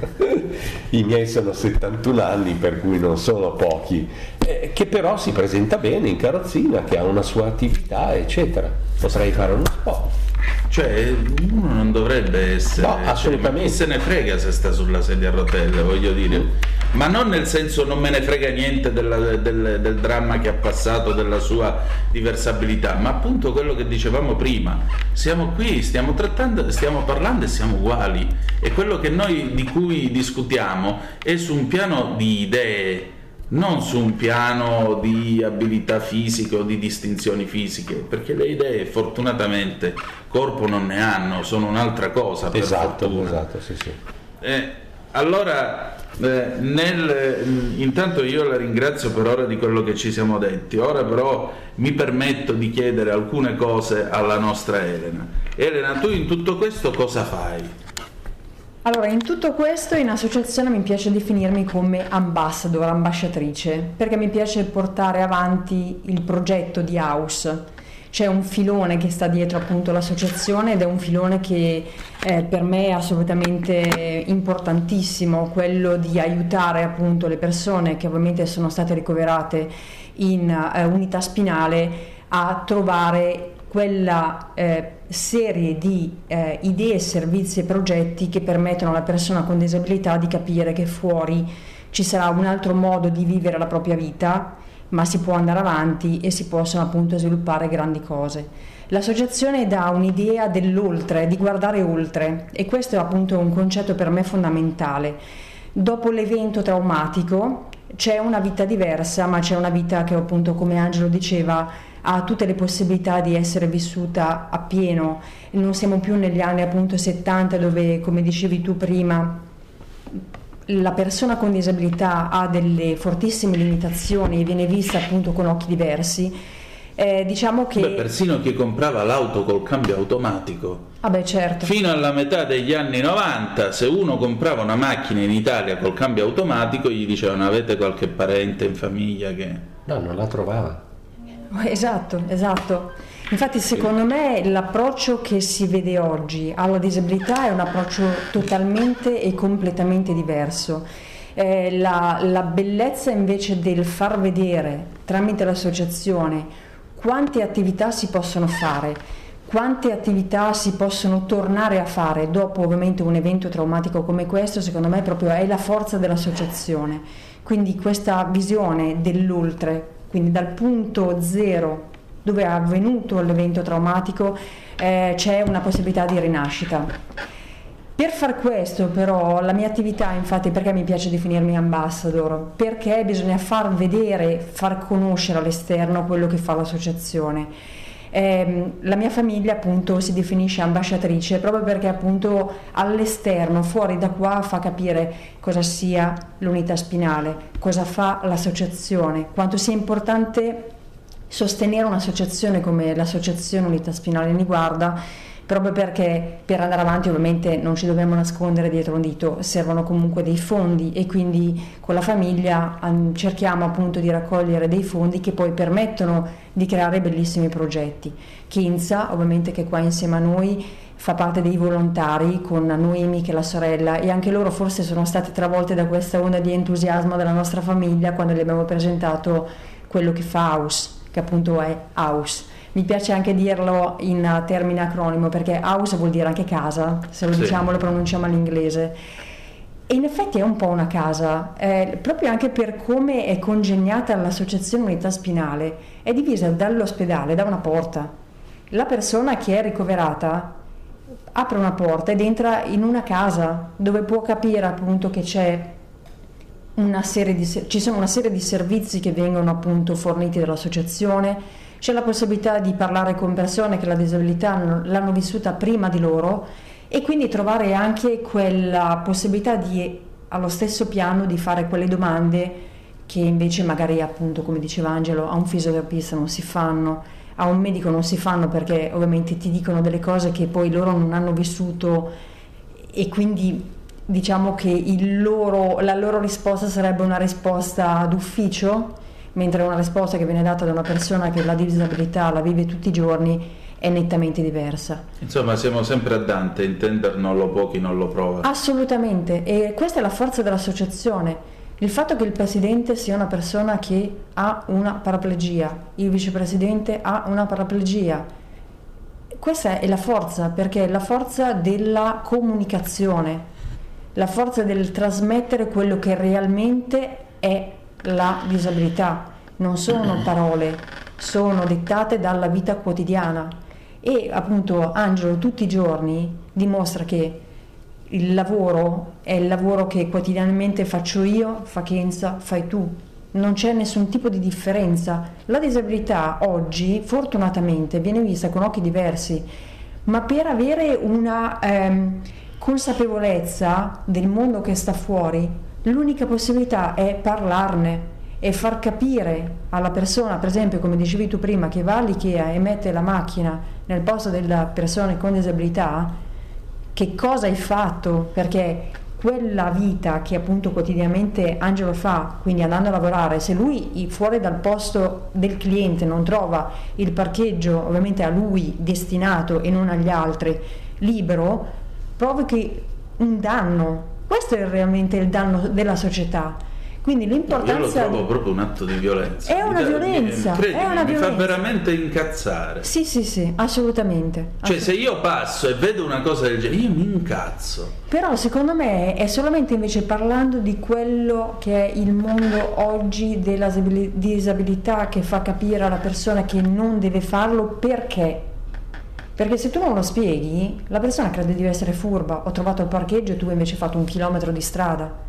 I miei sono settantuno anni, per cui non sono pochi, eh, che però si presenta bene in carrozzina, che ha una sua attività, eccetera. Potrei fare uno spot. Cioè, uno non dovrebbe essere... No, assolutamente. Cioè, chi se ne frega se sta sulla sedia a rotelle, voglio dire. ma non nel senso non me ne frega niente della, del, del dramma che ha passato, della sua diversabilità, ma appunto quello che dicevamo prima, siamo qui, stiamo trattando, stiamo parlando e siamo uguali, e quello che noi di cui discutiamo è su un piano di idee, non su un piano di abilità fisiche o di distinzioni fisiche, perché le idee fortunatamente corpo non ne hanno, sono un'altra cosa. Per esatto, fortuna. esatto, sì, sì. Eh, allora, eh, nel, intanto io la ringrazio per ora di quello che ci siamo detti, ora però mi permetto di chiedere alcune cose alla nostra Elena. Elena, tu in tutto questo cosa fai? Allora, in tutto questo in associazione mi piace definirmi come ambassador, ambasciatrice, perché mi piace portare avanti il progetto di House. C'è un filone che sta dietro appunto l'associazione ed è un filone che eh, per me è assolutamente importantissimo, quello di aiutare appunto le persone che ovviamente sono state ricoverate in eh, unità spinale a trovare quella eh, serie di eh, idee, servizi e progetti che permettono alla persona con disabilità di capire che fuori ci sarà un altro modo di vivere la propria vita, ma si può andare avanti e si possono appunto sviluppare grandi cose. L'associazione dà un'idea dell'oltre, di guardare oltre, e questo è appunto un concetto per me fondamentale. Dopo l'evento traumatico c'è una vita diversa, ma c'è una vita che appunto, come Angelo diceva, ha tutte le possibilità di essere vissuta appieno. Non siamo più negli anni appunto settanta, dove, come dicevi tu prima, la persona con disabilità ha delle fortissime limitazioni e viene vista appunto con occhi diversi. Eh, diciamo che Beh, persino chi comprava l'auto col cambio automatico. Ah beh, certo. Fino alla metà degli anni novanta, se uno comprava una macchina in Italia col cambio automatico, gli dicevano: avete qualche parente in famiglia che... No, non la trovava. Esatto, esatto. Infatti secondo me l'approccio che si vede oggi alla disabilità è un approccio totalmente e completamente diverso. Eh, la, la bellezza invece del far vedere tramite l'associazione quante attività si possono fare, quante attività si possono tornare a fare dopo ovviamente un evento traumatico come questo, secondo me proprio è la forza dell'associazione. Quindi questa visione dell'oltre, quindi dal punto zero dove è avvenuto l'evento traumatico, eh, c'è una possibilità di rinascita. Per far questo però la mia attività, infatti, perché mi piace definirmi ambassador, perché bisogna far vedere, far conoscere all'esterno quello che fa l'associazione. Eh, la mia famiglia appunto si definisce ambasciatrice proprio perché appunto all'esterno, fuori da qua, fa capire cosa sia l'unità spinale, cosa fa l'associazione, quanto sia importante sostenere un'associazione come l'associazione Unità Spinale Niguarda, proprio perché per andare avanti ovviamente non ci dobbiamo nascondere dietro un dito, servono comunque dei fondi e quindi con la famiglia um, cerchiamo appunto di raccogliere dei fondi che poi permettono di creare bellissimi progetti. Kinza ovviamente, che qua insieme a noi fa parte dei volontari con Noemi, che è la sorella, e anche loro forse sono state travolte da questa onda di entusiasmo della nostra famiglia quando le abbiamo presentato quello che fa House, che appunto è House. Mi piace anche dirlo in termine acronimo, perché house vuol dire anche casa, se lo sì. diciamo, lo pronunciamo all'inglese. E in effetti è un po' una casa, eh, proprio anche per come è congegnata l'associazione Unità Spinale, è divisa dall'ospedale da una porta. La persona che è ricoverata apre una porta ed entra in una casa dove può capire appunto che c'è una serie di, ci sono una serie di servizi che vengono appunto forniti dall'associazione. C'è la possibilità di parlare con persone che la disabilità l'hanno vissuta prima di loro e quindi trovare anche quella possibilità di, allo stesso piano, di fare quelle domande che invece magari, appunto, come diceva Angelo, a un fisioterapista non si fanno, a un medico non si fanno, perché ovviamente ti dicono delle cose che poi loro non hanno vissuto e quindi diciamo che il loro, la loro risposta sarebbe una risposta d'ufficio, mentre una risposta che viene data da una persona che la disabilità la vive tutti i giorni è nettamente diversa. Insomma, siamo sempre a Dante, intender non lo può chi non lo prova. Assolutamente, e questa è la forza dell'associazione. Il fatto che il presidente sia una persona che ha una paraplegia, il vicepresidente ha una paraplegia, questa è la forza, perché è la forza della comunicazione. la forza del trasmettere quello che realmente è la disabilità. Non sono parole, sono dettate dalla vita quotidiana, e appunto Angelo tutti i giorni dimostra che il lavoro è il lavoro che quotidianamente faccio io, fa Kenza, fai tu. Non c'è nessun tipo di differenza. La disabilità oggi fortunatamente viene vista con occhi diversi, ma per avere una ehm, consapevolezza del mondo che sta fuori, l'unica possibilità è parlarne e far capire alla persona, per esempio come dicevi tu prima, che va all'IKEA e mette la macchina nel posto della persona con disabilità, che cosa hai fatto, perché quella vita che appunto quotidianamente Angelo fa, quindi andando a lavorare, se lui fuori dal posto del cliente non trova il parcheggio ovviamente a lui destinato e non agli altri libero, provochi un danno. Questo è realmente il danno della società. Quindi l'importanza, no, io lo trovo di... proprio un atto di violenza. È una mi violenza, credimi, è una mi violenza. fa veramente incazzare. Sì, sì, sì, assolutamente. Cioè, se io passo e vedo una cosa del genere, io mi incazzo. Però secondo me è solamente invece parlando di quello che è il mondo oggi della disabilità, che fa capire alla persona che non deve farlo. Perché? Perché se tu non lo spieghi, la persona crede di essere furba. Ho trovato il parcheggio e tu invece hai fatto un chilometro di strada.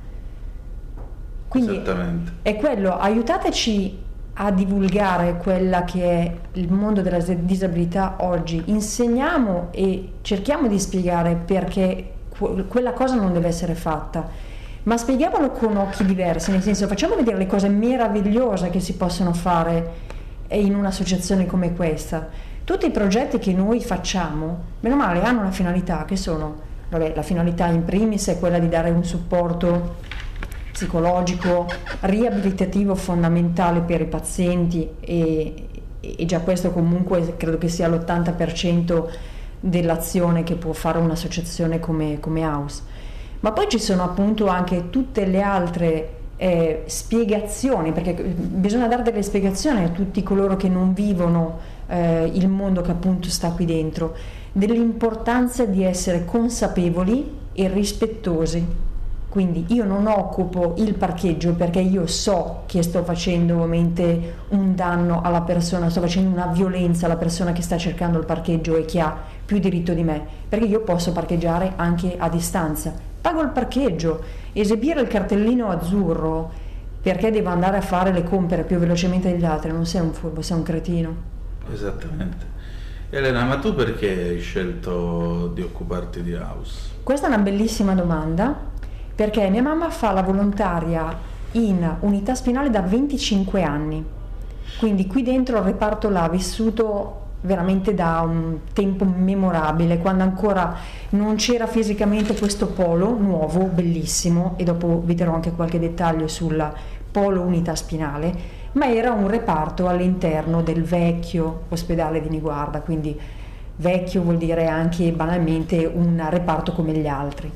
Quindi è quello, aiutateci a divulgare quella che è il mondo della disabilità oggi, insegniamo e cerchiamo di spiegare perché quella cosa non deve essere fatta, ma spieghiamolo con occhi diversi, nel senso, facciamo vedere le cose meravigliose che si possono fare in un'associazione come questa. Tutti i progetti che noi facciamo, meno male, hanno una finalità, che sono, vabbè, la finalità in primis è quella di dare un supporto psicologico, riabilitativo fondamentale per i pazienti, e, e già questo comunque credo che sia l'ottanta per cento dell'azione che può fare un'associazione come, come House. Ma poi ci sono appunto anche tutte le altre eh, spiegazioni, perché bisogna dare delle spiegazioni a tutti coloro che non vivono eh, il mondo che appunto sta qui dentro, dell'importanza di essere consapevoli e rispettosi. Quindi io non occupo il parcheggio perché io so che sto facendo ovviamente un danno alla persona, sto facendo una violenza alla persona che sta cercando il parcheggio e che ha più diritto di me, perché io posso parcheggiare anche a distanza. Pago il parcheggio, esibire il cartellino azzurro perché devo andare a fare le compere più velocemente degli altri, non sei un furbo, sei un cretino. Esattamente. Elena, ma tu perché hai scelto di occuparti di House? Questa è una bellissima domanda. Perché mia mamma fa la volontaria in unità spinale da venticinque anni, quindi qui dentro il reparto l'ha vissuto veramente da un tempo memorabile, quando ancora non c'era fisicamente questo polo nuovo, bellissimo, e dopo vi darò anche qualche dettaglio sul polo unità spinale, ma era un reparto all'interno del vecchio ospedale di Niguarda, quindi vecchio vuol dire anche banalmente un reparto come gli altri.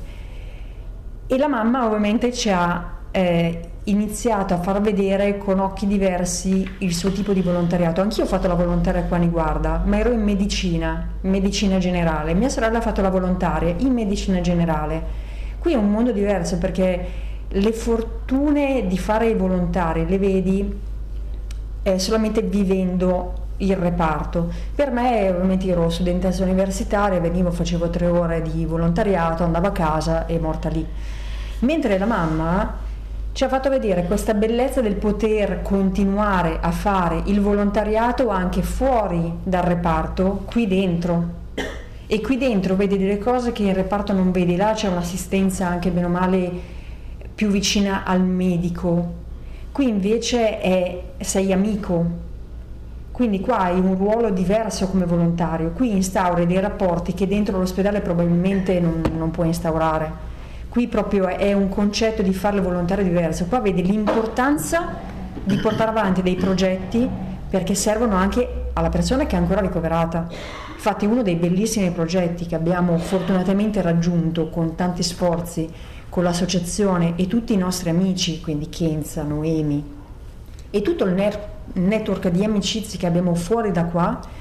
E la mamma ovviamente ci ha eh, iniziato a far vedere con occhi diversi il suo tipo di volontariato. Anch'io ho fatto la volontaria qua a Niguarda, ma ero in medicina, medicina generale. Mia sorella ha fatto la volontaria in medicina generale. Qui è un mondo diverso, perché le fortune di fare i volontari le vedi eh, solamente vivendo il reparto. Per me, ovviamente, ero studentessa universitaria, venivo, facevo tre ore di volontariato, andavo a casa e morta lì. Mentre la mamma ci ha fatto vedere questa bellezza del poter continuare a fare il volontariato anche fuori dal reparto, qui dentro. E qui dentro vedi delle cose che in reparto non vedi. Là c'è un'assistenza anche bene o male più vicina al medico, qui invece è, sei amico, quindi qua hai un ruolo diverso come volontario. Qui instauri dei rapporti che dentro l'ospedale probabilmente non, non puoi instaurare. Qui proprio è un concetto di farlo volontario diverso. Qua vedi l'importanza di portare avanti dei progetti, perché servono anche alla persona che è ancora ricoverata. Infatti uno dei bellissimi progetti che abbiamo fortunatamente raggiunto con tanti sforzi con l'associazione e tutti i nostri amici, quindi Kenza, Noemi e tutto il network di amicizie che abbiamo fuori da qua,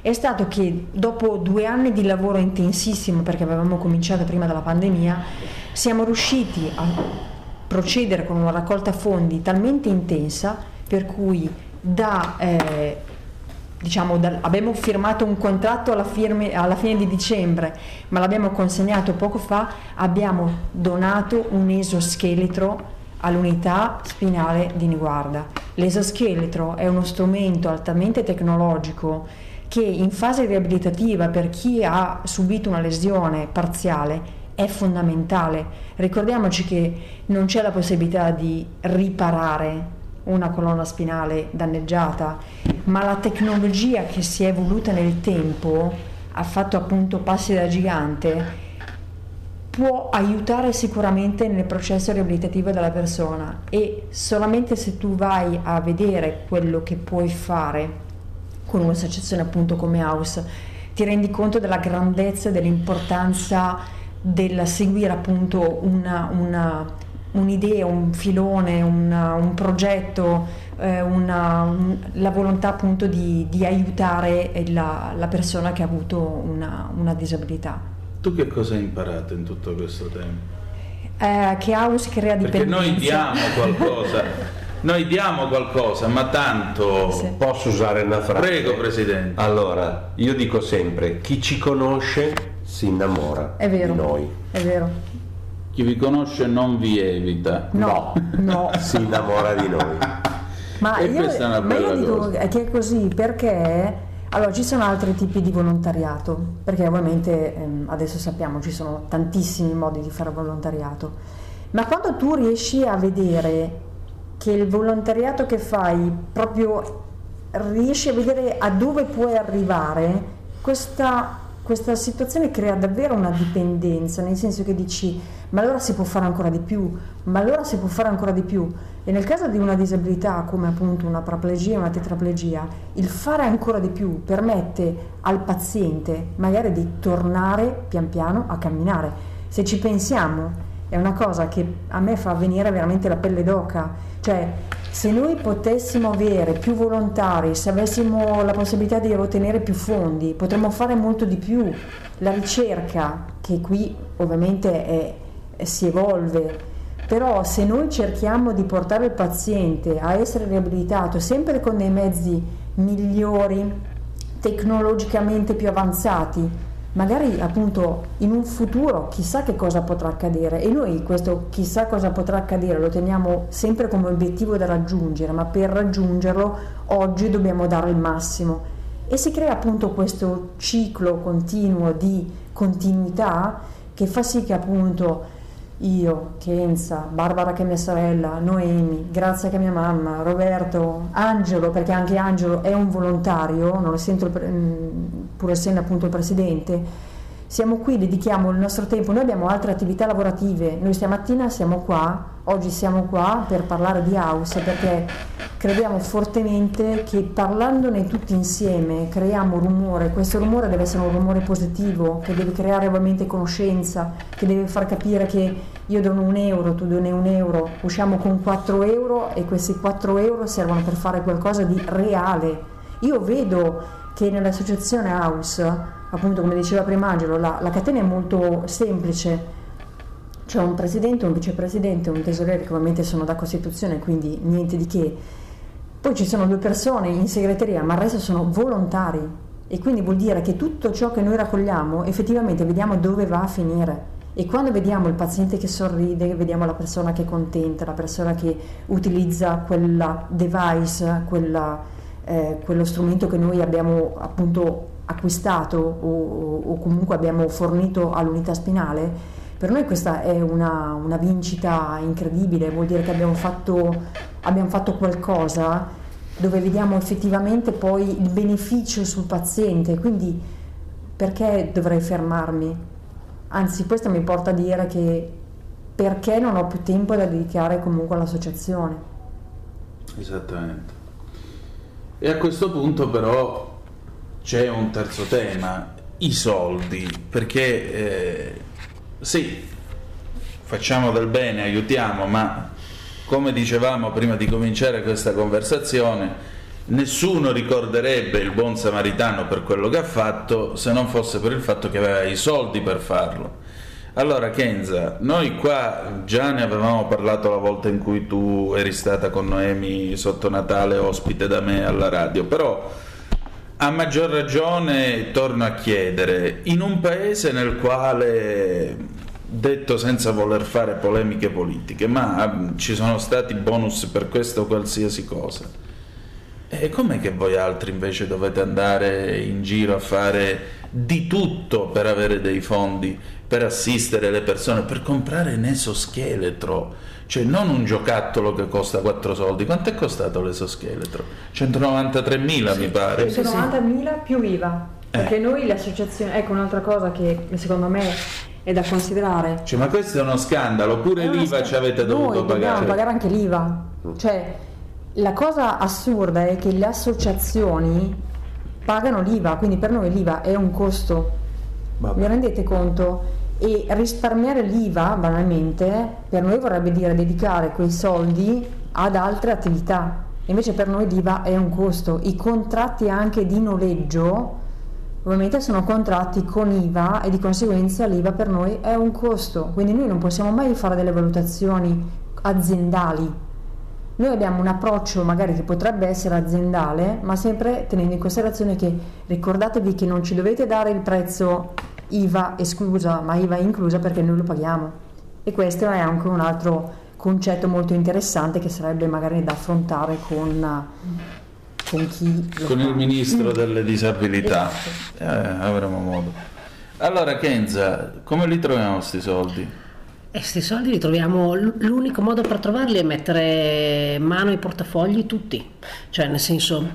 è stato che dopo due anni di lavoro intensissimo, perché avevamo cominciato prima della pandemia, siamo riusciti a procedere con una raccolta fondi talmente intensa per cui da, eh, diciamo, da, abbiamo firmato un contratto alla, firme, alla fine di dicembre, ma l'abbiamo consegnato poco fa, abbiamo donato un esoscheletro all'unità spinale di Niguarda. L'esoscheletro è uno strumento altamente tecnologico che in fase riabilitativa per chi ha subito una lesione parziale è fondamentale. Ricordiamoci che non c'è la possibilità di riparare una colonna spinale danneggiata, ma la tecnologia che si è evoluta nel tempo, ha fatto appunto passi da gigante, può aiutare sicuramente nel processo riabilitativo della persona, e solamente se tu vai a vedere quello che puoi fare con un'associazione appunto come House ti rendi conto della grandezza e dell'importanza del seguire appunto una, una, un'idea, un filone, una, un progetto, eh, una, un, la volontà appunto di, di aiutare la, la persona che ha avuto una, una disabilità. Tu che cosa hai imparato in tutto questo tempo? Eh, che House crea dipendenza. Perché noi diamo qualcosa, noi diamo qualcosa, ma tanto... Sì. Posso usare una frase? Prego, Presidente. Allora, io dico sempre, chi ci conosce si innamora È vero, di noi. è vero. Chi vi conosce non vi evita. No, no. Si innamora di noi. Ma E io, questa è una ma io bella dico cosa. che è così perché allora ci sono altri tipi di volontariato, perché ovviamente ehm, adesso sappiamo ci sono tantissimi modi di fare volontariato, ma quando tu riesci a vedere che il volontariato che fai proprio riesci a vedere a dove puoi arrivare, questa questa situazione crea davvero una dipendenza, nel senso che dici ma allora si può fare ancora di più, ma allora si può fare ancora di più. E nel caso di una disabilità come appunto una paraplegia, una tetraplegia, il fare ancora di più permette al paziente magari di tornare pian piano a camminare. Se ci pensiamo è una cosa che a me fa venire veramente la pelle d'oca, cioè se noi potessimo avere più volontari, se avessimo la possibilità di ottenere più fondi, potremmo fare molto di più. La ricerca, che qui ovviamente è, si evolve, però se noi cerchiamo di portare il paziente a essere riabilitato sempre con dei mezzi migliori, tecnologicamente più avanzati, magari appunto in un futuro chissà che cosa potrà accadere, e noi questo chissà cosa potrà accadere lo teniamo sempre come obiettivo da raggiungere, ma per raggiungerlo oggi dobbiamo dare il massimo, e si crea appunto questo ciclo continuo di continuità che fa sì che appunto io, Kenza, Barbara che è mia sorella, Noemi, Grazia che è mia mamma, Roberto, Angelo, perché anche Angelo è un volontario, non lo sento pur essendo appunto il presidente, siamo qui, dedichiamo il nostro tempo, noi abbiamo altre attività lavorative, noi stamattina siamo qua, oggi siamo qua per parlare di House perché crediamo fortemente che parlandone tutti insieme creiamo rumore, questo rumore deve essere un rumore positivo, che deve creare ovviamente conoscenza, che deve far capire che io dono un euro, tu doni un euro, usciamo con quattro euro e questi quattro euro servono per fare qualcosa di reale. Io vedo che nell'associazione House, appunto come diceva prima Angelo, la, la catena è molto semplice, c'è un presidente, un vicepresidente, un tesoriere che ovviamente sono da Costituzione, quindi niente di che, poi ci sono due persone in segreteria, ma il resto sono volontari, e quindi vuol dire che tutto ciò che noi raccogliamo effettivamente vediamo dove va a finire, e quando vediamo il paziente che sorride, vediamo la persona che è contenta, la persona che utilizza quella device, quella, eh, quello strumento che noi abbiamo appunto acquistato o, o comunque abbiamo fornito all'unità spinale, per noi questa è una, una vincita incredibile, vuol dire che abbiamo fatto, abbiamo fatto qualcosa dove vediamo effettivamente poi il beneficio sul paziente, quindi perché dovrei fermarmi? Anzi, questo mi porta a dire che perché non ho più tempo da dedicare comunque all'associazione. Esattamente. E a questo punto però c'è un terzo tema, i soldi, perché eh, sì, facciamo del bene, aiutiamo, ma come dicevamo prima di cominciare questa conversazione, nessuno ricorderebbe il buon samaritano per quello che ha fatto se non fosse per il fatto che aveva i soldi per farlo. Allora Kenza, noi qua già ne avevamo parlato la volta in cui tu eri stata con Noemi sotto Natale ospite da me alla radio, però a maggior ragione torno a chiedere, in un paese nel quale, detto senza voler fare polemiche politiche, ma ci sono stati bonus per questo o qualsiasi cosa, e com'è che voi altri invece dovete andare in giro a fare di tutto per avere dei fondi, per assistere le persone, per comprare un esoscheletro, cioè non un giocattolo che costa quattro soldi? Quanto è costato l'esoscheletro? centonovantatremila sì, mi pare. centonovantamila più I V A, perché eh. noi l'associazione, ecco un'altra cosa che secondo me è da considerare. Cioè, ma questo è uno scandalo, pure l'I V A ci avete dovuto noi pagare. Dobbiamo pagare anche l'I V A, cioè la cosa assurda è che le associazioni pagano l'I V A, quindi per noi l'I V A è un costo. Vabbè. Vi rendete conto? E risparmiare l'I V A banalmente per noi vorrebbe dire dedicare quei soldi ad altre attività, invece per noi l'I V A è un costo. I contratti anche di noleggio ovviamente sono contratti con I V A e di conseguenza l'I V A per noi è un costo, quindi noi non possiamo mai fare delle valutazioni aziendali. Noi abbiamo un approccio magari che potrebbe essere aziendale, ma sempre tenendo in considerazione che ricordatevi che non ci dovete dare il prezzo I V A esclusa, ma I V A inclusa, perché noi lo paghiamo. E questo è anche un altro concetto molto interessante che sarebbe magari da affrontare con, con chi lo con fa. il ministro mm. delle disabilità. Esatto. Eh, avremo modo. Allora Kenza, come li troviamo questi soldi? E questi soldi li troviamo, l'unico modo per trovarli è mettere mano ai portafogli tutti, cioè nel senso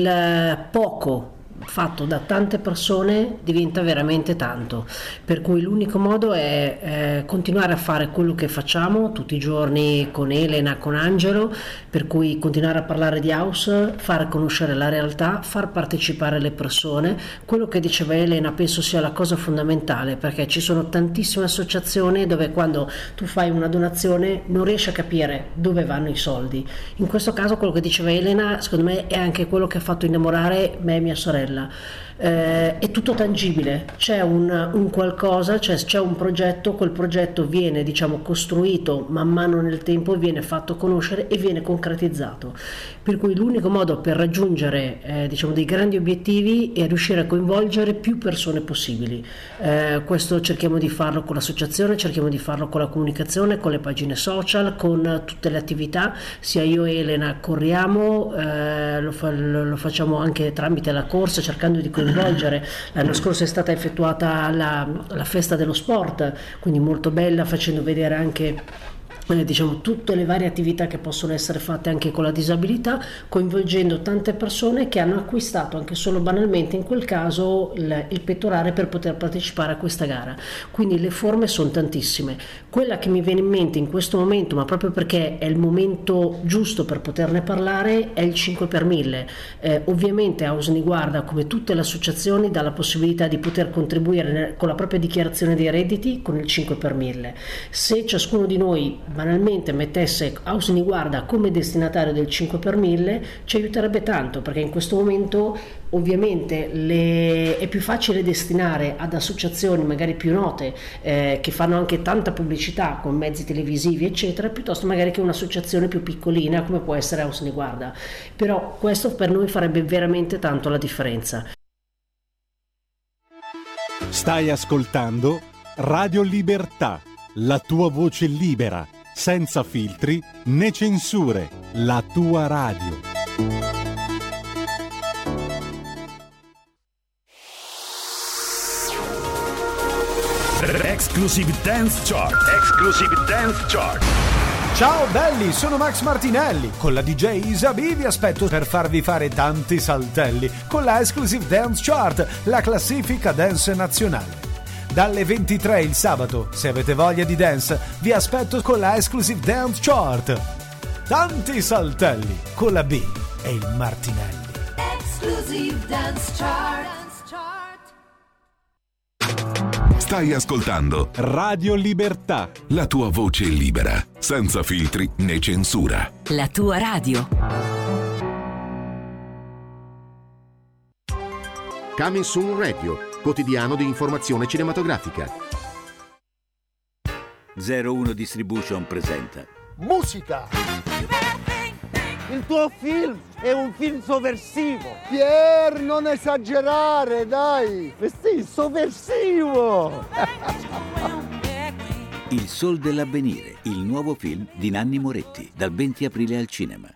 il poco fatto da tante persone diventa veramente tanto, per cui l'unico modo è eh, continuare a fare quello che facciamo tutti i giorni con Elena, con Angelo, per cui continuare a parlare di house, far conoscere la realtà, far partecipare le persone. Quello che diceva Elena penso sia la cosa fondamentale, perché ci sono tantissime associazioni dove quando tu fai una donazione non riesci a capire dove vanno i soldi. In questo caso quello che diceva Elena secondo me è anche quello che ha fatto innamorare me e mia sorella. Eh, è tutto tangibile, c'è un, un qualcosa, cioè c'è un progetto, quel progetto viene diciamo costruito man mano nel tempo, viene fatto conoscere e viene concretizzato, per cui l'unico modo per raggiungere eh, diciamo dei grandi obiettivi è riuscire a coinvolgere più persone possibili. Eh, questo cerchiamo di farlo con l'associazione, cerchiamo di farlo con la comunicazione, con le pagine social, con tutte le attività, sia io e Elena corriamo, eh, lo, fa, lo, lo facciamo anche tramite la corsa, cercando di coinvolgere. L'anno scorso è stata effettuata la, la festa dello sport, quindi molto bella, facendo vedere anche eh, diciamo tutte le varie attività che possono essere fatte anche con la disabilità, coinvolgendo tante persone che hanno acquistato anche solo banalmente in quel caso il, il pettorale per poter partecipare a questa gara. Quindi le forme sono tantissime. Quella che mi viene in mente in questo momento, ma proprio perché è il momento giusto per poterne parlare, è il cinque per mille. Eh, ovviamente House Niguarda, come tutte le associazioni, dà la possibilità di poter contribuire con la propria dichiarazione dei redditi con il cinque per mille. Se ciascuno di noi banalmente mettesse House Niguarda come destinatario del cinque per mille, ci aiuterebbe tanto, perché in questo momento ovviamente le, è più facile destinare ad associazioni magari più note eh, che fanno anche tanta pubblicità con mezzi televisivi eccetera, piuttosto magari che un'associazione più piccolina come può essere House Niguarda. Però questo per noi farebbe veramente tanto la differenza. Stai ascoltando Radio Libertà, la tua voce libera, senza filtri né censure, la tua radio. Exclusive Dance Chart. Exclusive Dance Chart. Ciao belli, sono Max Martinelli. Con la D J Isabi vi aspetto per farvi fare tanti saltelli con la Exclusive Dance Chart, la classifica dance nazionale. Dalle ventitré il sabato, se avete voglia di dance, vi aspetto con la Exclusive Dance Chart. Tanti saltelli con la B e il Martinelli. Exclusive Dance Chart. Stai ascoltando Radio Libertà, la tua voce libera, senza filtri né censura. La tua radio. Coming Soon Radio, quotidiano di informazione cinematografica. zero uno Distribution presenta Musica! Il tuo film è un film sovversivo! Pier, non esagerare, dai! Sì, sovversivo! Il Sol dell'Avvenire, il nuovo film di Nanni Moretti, dal venti aprile al cinema.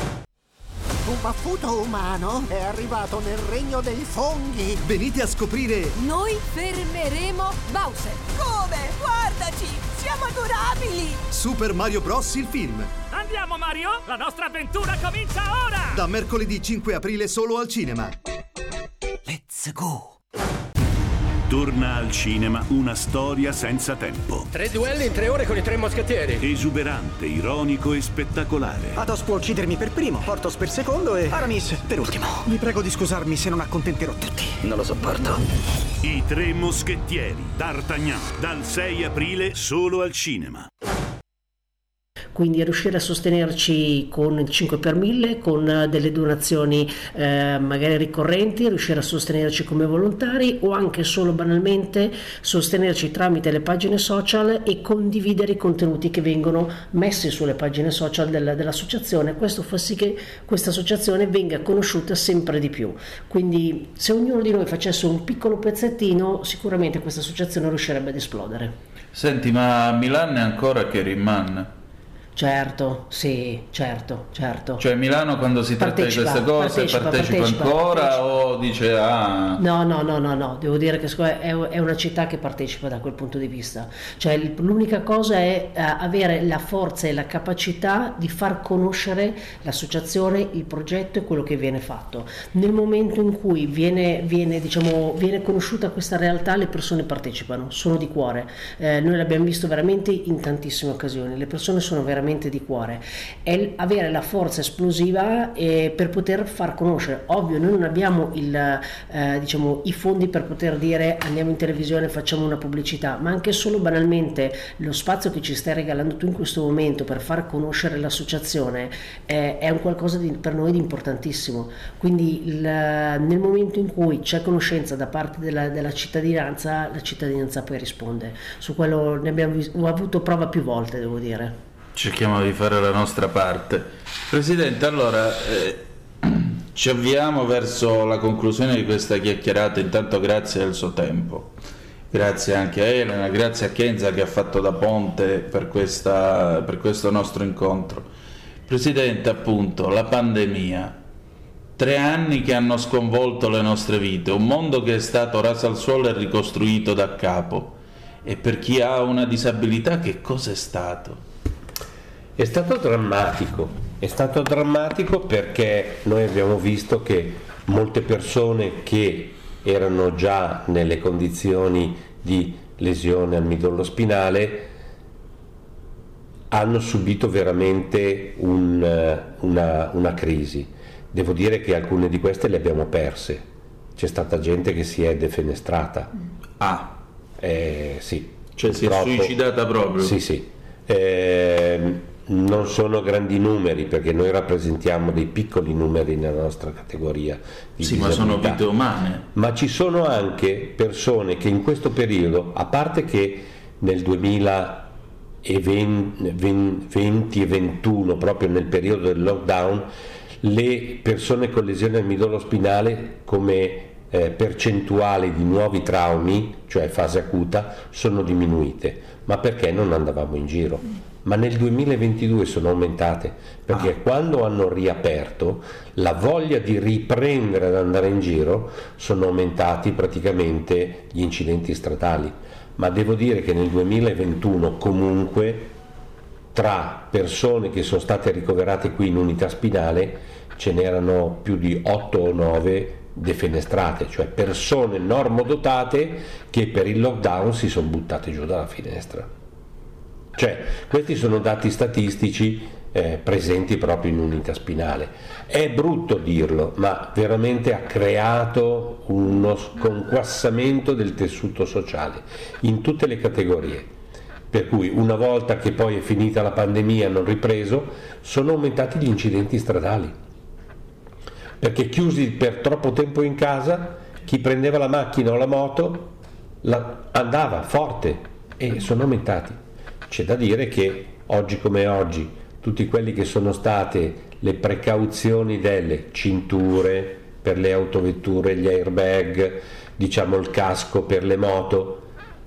Un baffuto umano è arrivato nel regno dei funghi. Venite a scoprire. Noi fermeremo Bowser. Come? Guardaci! Siamo adorabili! Super Mario Bros. Il film. Andiamo Mario! La nostra avventura comincia ora! Da mercoledì cinque aprile solo al cinema. Let's go! Torna al cinema una storia senza tempo. Tre duelli in tre ore con i tre moschettieri. Esuberante, ironico e spettacolare. Athos può uccidermi per primo, Porthos per secondo e Aramis per ultimo. Vi prego di scusarmi se non accontenterò tutti. Non lo sopporto. I tre moschettieri, D'Artagnan, dal sei aprile solo al cinema. Quindi riuscire a sostenerci con il cinque per mille, con delle donazioni eh, magari ricorrenti, riuscire a sostenerci come volontari o anche solo banalmente sostenerci tramite le pagine social e condividere i contenuti che vengono messi sulle pagine social del, dell'associazione. Questo fa sì che questa associazione venga conosciuta sempre di più. Quindi se ognuno di noi facesse un piccolo pezzettino, sicuramente questa associazione riuscirebbe ad esplodere. Senti, ma Milano è ancora che rimane? Certo, sì, certo, certo. Cioè Milano quando si tratta partecipa, di queste cose partecipa, partecipa, partecipa ancora partecipa. O dice ah... No, no, no, no, no, devo dire che è una città che partecipa da quel punto di vista. Cioè l'unica cosa è avere la forza e la capacità di far conoscere l'associazione, il progetto e quello che viene fatto. Nel momento in cui viene, viene, diciamo, viene conosciuta questa realtà, le persone partecipano, sono di cuore. Eh, noi l'abbiamo visto veramente in tantissime occasioni, le persone sono veramente di cuore, è avere la forza esplosiva eh, per poter far conoscere. Ovvio, noi non abbiamo il, eh, diciamo, i fondi per poter dire andiamo in televisione e facciamo una pubblicità, ma anche solo banalmente lo spazio che ci stai regalando tu in questo momento per far conoscere l'associazione eh, è un qualcosa di, per noi di importantissimo. Quindi il, nel momento in cui c'è conoscenza da parte della, della cittadinanza, la cittadinanza poi risponde. Su quello ne abbiamo ho avuto prova più volte, devo dire. Cerchiamo di fare la nostra parte. Presidente, allora eh, ci avviamo verso la conclusione di questa chiacchierata. Intanto grazie del suo tempo, grazie anche a Elena, grazie a Kenza che ha fatto da ponte per, questa, per questo nostro incontro. Presidente, appunto, la pandemia, tre anni che hanno sconvolto le nostre vite, un mondo che è stato raso al suolo e ricostruito da capo. E per chi ha una disabilità che cosa è stato? È stato drammatico, è stato drammatico perché noi abbiamo visto che molte persone che erano già nelle condizioni di lesione al midollo spinale hanno subito veramente un, una, una crisi. Devo dire che alcune di queste le abbiamo perse, c'è stata gente che si è defenestrata. Ah, eh, sì. Cioè si è suicidata proprio? Sì, sì. Eh, non sono grandi numeri perché noi rappresentiamo dei piccoli numeri nella nostra categoria di sì, ma sono vite umane. Ma ci sono anche persone che in questo periodo, a parte che nel duemilaventi e ventuno, proprio nel periodo del lockdown, le persone con lesione al midollo spinale come eh, percentuale di nuovi traumi, cioè fase acuta, sono diminuite. Ma perché non andavamo in giro? Ma nel duemilaventidue sono aumentate, perché ah. quando hanno riaperto la voglia di riprendere ad andare in giro sono aumentati praticamente gli incidenti stradali. Ma devo dire che nel duemilaventuno comunque tra persone che sono state ricoverate qui in unità spinale ce n'erano più di otto o nove defenestrate, cioè persone normodotate che per il lockdown si sono buttate giù dalla finestra. Cioè, questi sono dati statistici eh, presenti proprio in unità spinale. È brutto dirlo, ma veramente ha creato uno sconquassamento del tessuto sociale in tutte le categorie. Per cui una volta che poi è finita la pandemia, hanno ripreso, sono aumentati gli incidenti stradali. Perché chiusi per troppo tempo in casa chi prendeva la macchina o la moto la, andava forte e sono aumentati. C'è da dire che oggi come oggi tutti quelli che sono state le precauzioni delle cinture per le autovetture, gli airbag, diciamo il casco per le moto,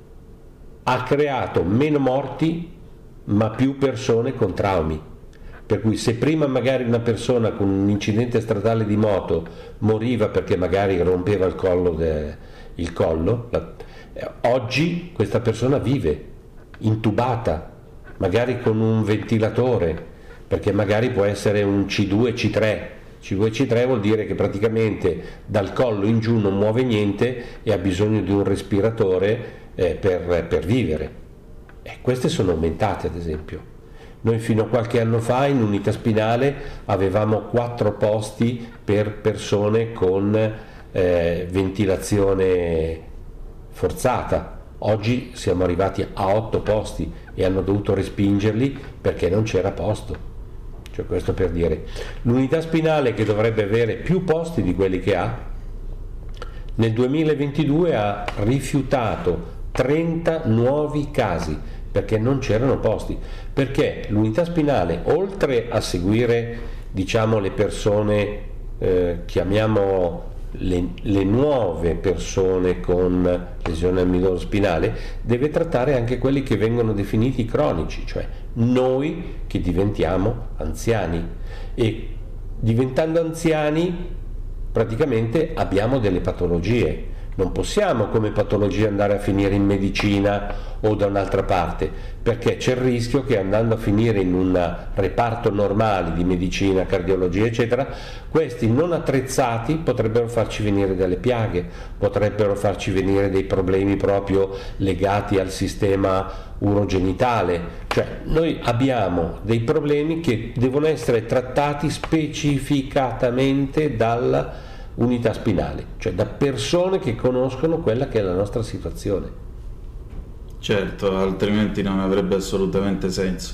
ha creato meno morti ma più persone con traumi. Per cui se prima magari una persona con un incidente stradale di moto moriva perché magari rompeva il collo, de, il collo la, eh, oggi questa persona vive intubata, magari con un ventilatore, perché magari può essere un C due C tre. C due C tre vuol dire che praticamente dal collo in giù non muove niente e ha bisogno di un respiratore eh, per, per vivere. E queste sono aumentate, ad esempio. Noi fino a qualche anno fa in unità spinale avevamo quattro posti per persone con eh, ventilazione forzata. Oggi siamo arrivati a otto posti e hanno dovuto respingerli perché non c'era posto. Cioè, questo per dire, l'unità spinale, che dovrebbe avere più posti di quelli che ha, nel duemilaventidue ha rifiutato trenta nuovi casi perché non c'erano posti, perché l'unità spinale, oltre a seguire, diciamo, le persone, eh, chiamiamo le, le nuove persone con lesione al midollo spinale, deve trattare anche quelli che vengono definiti cronici, cioè noi che diventiamo anziani, e diventando anziani praticamente abbiamo delle patologie. Non possiamo come patologia andare a finire in medicina o da un'altra parte, perché c'è il rischio che andando a finire in un reparto normale di medicina, cardiologia eccetera, questi non attrezzati potrebbero farci venire delle piaghe, potrebbero farci venire dei problemi proprio legati al sistema urogenitale. Cioè noi abbiamo dei problemi che devono essere trattati specificatamente dalla unità spinale, cioè da persone che conoscono quella che è la nostra situazione. Certo, altrimenti non avrebbe assolutamente senso.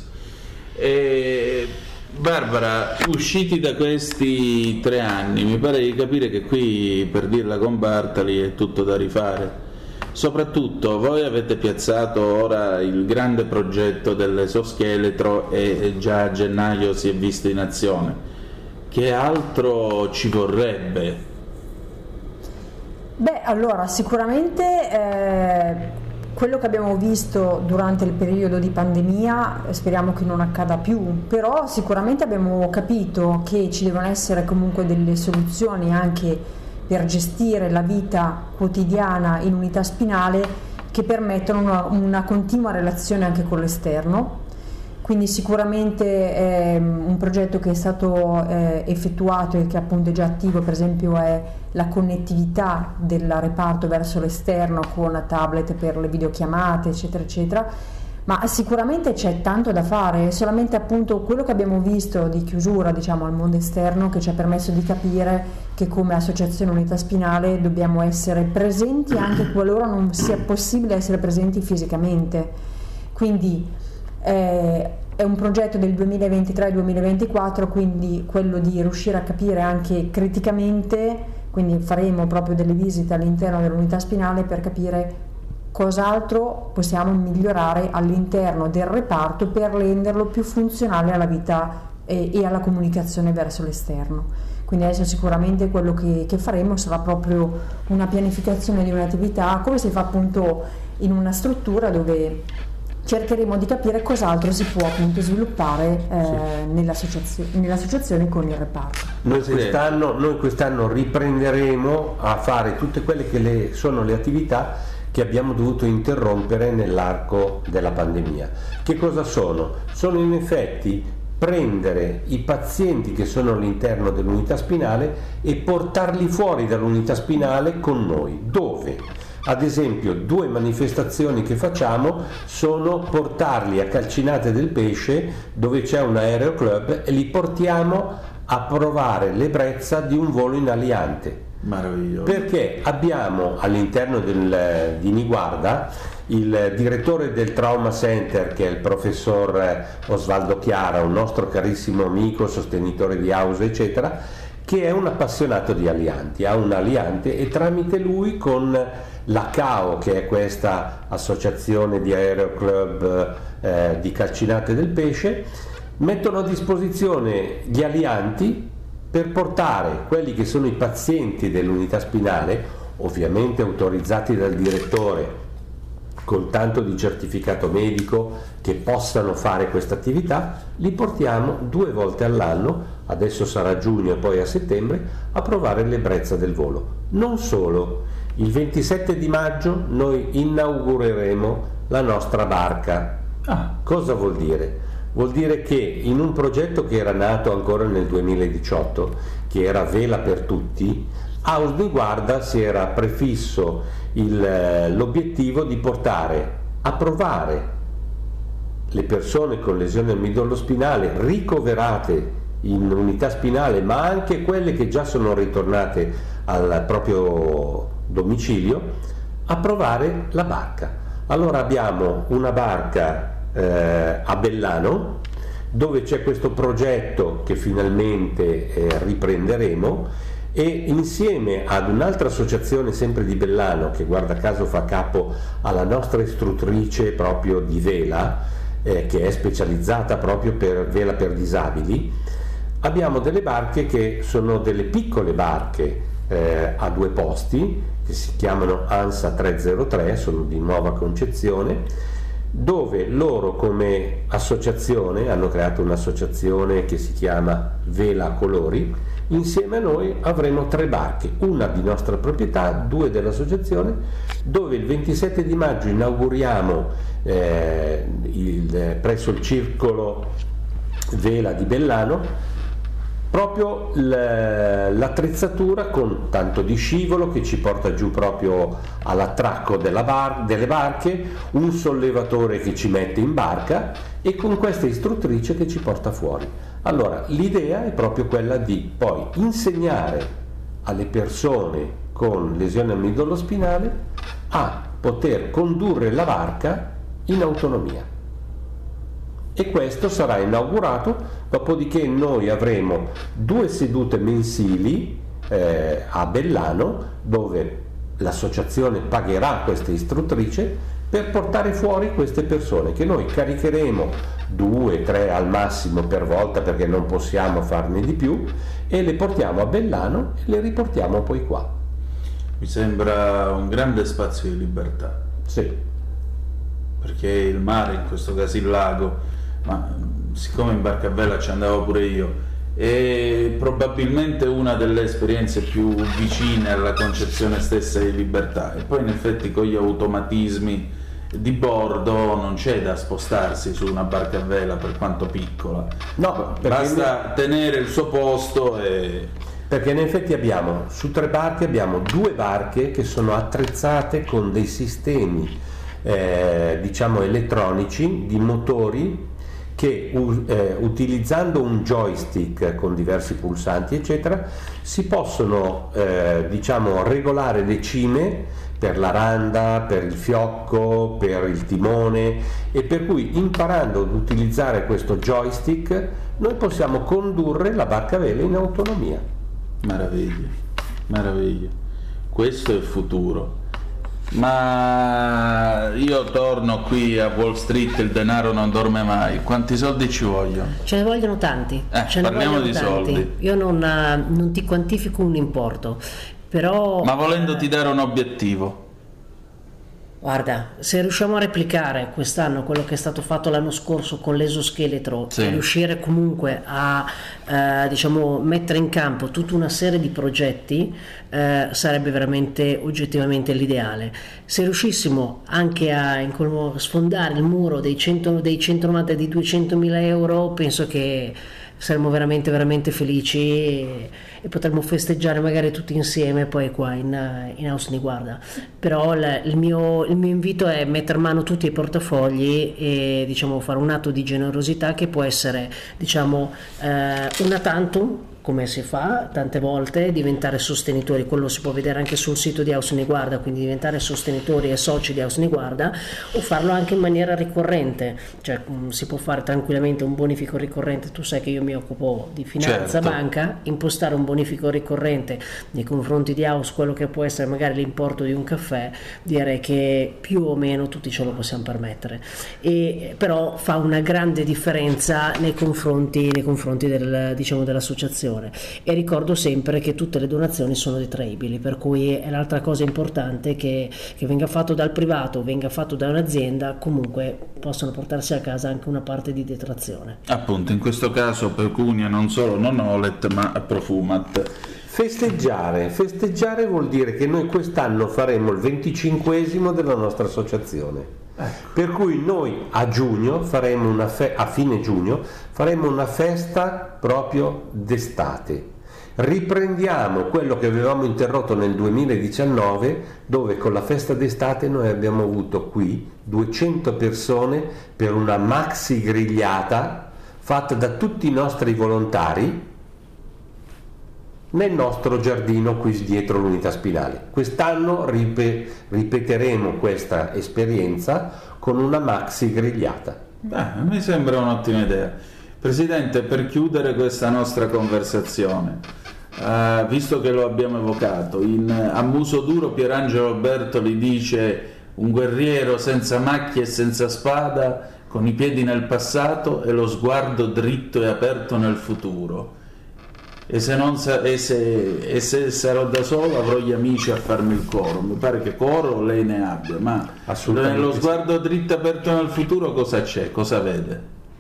E Barbara, usciti da questi tre anni, mi pare di capire che qui, per dirla con Bartali, è tutto da rifare. Soprattutto voi avete piazzato ora il grande progetto dell'esoscheletro e già a gennaio si è visto in azione. Che altro ci vorrebbe? Beh, allora sicuramente eh, quello che abbiamo visto durante il periodo di pandemia speriamo che non accada più, però sicuramente abbiamo capito che ci devono essere comunque delle soluzioni anche per gestire la vita quotidiana in unità spinale che permettono una, una continua relazione anche con l'esterno. Quindi sicuramente è un progetto che è stato eh, effettuato e che appunto è già attivo, per esempio è la connettività del reparto verso l'esterno con tablet per le videochiamate eccetera eccetera, ma sicuramente c'è tanto da fare, è solamente appunto quello che abbiamo visto di chiusura, diciamo, al mondo esterno che ci ha permesso di capire che come associazione unità spinale dobbiamo essere presenti anche qualora non sia possibile essere presenti fisicamente. Quindi Eh, è un progetto del duemilaventitré duemilaventiquattro, quindi quello di riuscire a capire anche criticamente, quindi faremo proprio delle visite all'interno dell'unità spinale per capire cos'altro possiamo migliorare all'interno del reparto per renderlo più funzionale alla vita e, e alla comunicazione verso l'esterno. Quindi adesso sicuramente quello che, che faremo sarà proprio una pianificazione di un'attività come si fa appunto in una struttura dove cercheremo di capire cos'altro si può appunto sviluppare eh, sì. nell'associazione, nell'associazione con il reparto. Noi quest'anno, noi quest'anno riprenderemo a fare tutte quelle che le, sono le attività che abbiamo dovuto interrompere nell'arco della pandemia. Che cosa sono? Sono in effetti prendere i pazienti che sono all'interno dell'unità spinale e portarli fuori dall'unità spinale con noi. Dove? Ad esempio, due manifestazioni che facciamo sono portarli a Calcinate del Pesce, dove c'è un aeroclub, e li portiamo a provare l'ebbrezza di un volo in aliante. Meraviglioso. Perché abbiamo all'interno del, di Niguarda il direttore del Trauma Center, che è il professor Osvaldo Chiara, un nostro carissimo amico, sostenitore di House, eccetera, che è un appassionato di alianti, ha un aliante e tramite lui con la C A O, che è questa associazione di aeroclub eh, di calcinate del pesce, mettono a disposizione gli alianti per portare quelli che sono i pazienti dell'unità spinale, ovviamente autorizzati dal direttore col tanto di certificato medico che possano fare questa attività, li portiamo due volte all'anno, adesso sarà giugno e poi a settembre, a provare l'ebbrezza del volo. Non solo, il ventisette di maggio noi inaugureremo la nostra barca. Ah. Cosa vuol dire? Vuol dire che in un progetto che era nato ancora nel duemiladiciotto, che era Vela per Tutti, a Osniguarda si era prefisso il, l'obiettivo di portare a provare le persone con lesione al midollo spinale ricoverate in unità spinale, ma anche quelle che già sono ritornate al proprio domicilio, a provare la barca. Allora abbiamo una barca eh, a Bellano, dove c'è questo progetto che finalmente eh, riprenderemo, e insieme ad un'altra associazione sempre di Bellano, che guarda caso fa capo alla nostra istruttrice proprio di vela, eh, che è specializzata proprio per vela per disabili, abbiamo delle barche che sono delle piccole barche eh, a due posti, che si chiamano ANSA trecentotre, sono di nuova concezione, dove loro come associazione hanno creato un'associazione che si chiama Vela a Colori. Insieme a noi avremo tre barche, una di nostra proprietà, due dell'associazione, dove il ventisette di maggio inauguriamo eh, il, presso il circolo Vela di Bellano proprio l'attrezzatura con tanto di scivolo che ci porta giù proprio all'attracco della bar- delle barche, un sollevatore che ci mette in barca e con questa istruttrice che ci porta fuori. Allora l'idea è proprio quella di poi insegnare alle persone con lesione al midollo spinale a poter condurre la barca in autonomia. E questo sarà inaugurato, dopodiché noi avremo due sedute mensili eh, a Bellano, dove l'associazione pagherà questa istruttrice per portare fuori queste persone, che noi caricheremo due, tre al massimo per volta, perché non possiamo farne di più, e le portiamo a Bellano e le riportiamo poi qua. Mi sembra un grande spazio di libertà. Sì. Perché il mare, in questo caso il lago, ma siccome in barca a vela ci andavo pure io, è probabilmente una delle esperienze più vicine alla concezione stessa di libertà, e poi in effetti con gli automatismi di bordo non c'è da spostarsi su una barca a vela per quanto piccola, no, basta ne... tenere il suo posto e... perché in effetti abbiamo su tre barche abbiamo due barche che sono attrezzate con dei sistemi eh, diciamo elettronici di motori che eh, utilizzando un joystick con diversi pulsanti eccetera si possono eh, diciamo regolare le cime per la randa, per il fiocco, per il timone, e per cui imparando ad utilizzare questo joystick noi possiamo condurre la barca a vela in autonomia. Meraviglia, meraviglia, questo è il futuro. Ma io torno qui a Wall Street, il denaro non dorme mai. Quanti soldi ci vogliono? Ce ne vogliono tanti. Eh, Ce ne parliamo di tanti. soldi. Io non, non ti quantifico un importo, però... Ma volendoti dare un obiettivo? Guarda, se riusciamo a replicare quest'anno quello che è stato fatto l'anno scorso con l'esoscheletro, sì, e riuscire comunque a eh, diciamo mettere in campo tutta una serie di progetti, eh, sarebbe veramente oggettivamente l'ideale. Se riuscissimo anche a in quel modo sfondare il muro dei, cento, dei centonovanta e dei duecentomila euro, penso che saremmo veramente veramente felici e, e potremmo festeggiare magari tutti insieme poi qua in, in Osniguarda. Però il, il, mio, il mio invito è mettere mano tutti ai portafogli e diciamo fare un atto di generosità che può essere diciamo eh, una tantum come si fa tante volte, diventare sostenitori, quello si può vedere anche sul sito di House Niguarda, quindi diventare sostenitori e soci di House Niguarda, o farlo anche in maniera ricorrente, cioè mh, si può fare tranquillamente un bonifico ricorrente. Tu sai che io mi occupo di finanza, certo. banca, impostare un bonifico ricorrente nei confronti di House, quello che può essere magari l'importo di un caffè, direi che più o meno tutti ce lo possiamo permettere, e però fa una grande differenza nei confronti, nei confronti del, diciamo, dell'associazione. E ricordo sempre che tutte le donazioni sono detraibili, per cui è l'altra cosa importante, che, che venga fatto dal privato, venga fatto da un'azienda, comunque possono portarsi a casa anche una parte di detrazione. Appunto, in questo caso pecunia non solo non olet ma profumat. Festeggiare, festeggiare vuol dire che noi quest'anno faremo il venticinquesimo della nostra associazione. Ecco. Per cui noi a giugno faremo una fe- a fine giugno faremo una festa proprio d'estate. Riprendiamo quello che avevamo interrotto nel duemiladiciannove, dove con la festa d'estate noi abbiamo avuto qui duecento persone per una maxi grigliata fatta da tutti i nostri volontari nel nostro giardino qui dietro l'unità spinale. Quest'anno rip- ripeteremo questa esperienza con una maxi grigliata. Beh, mi sembra un'ottima idea. Presidente, per chiudere questa nostra conversazione, uh, visto che lo abbiamo evocato, in A muso duro Pierangelo Bertoli dice: un guerriero senza macchie e senza spada, con i piedi nel passato e lo sguardo dritto e aperto nel futuro. E se, non sa- e, se, e se sarò da solo avrò gli amici a farmi il coro. Mi pare che coro lei ne abbia, ma nello sguardo dritto aperto nel futuro cosa c'è? Cosa vede?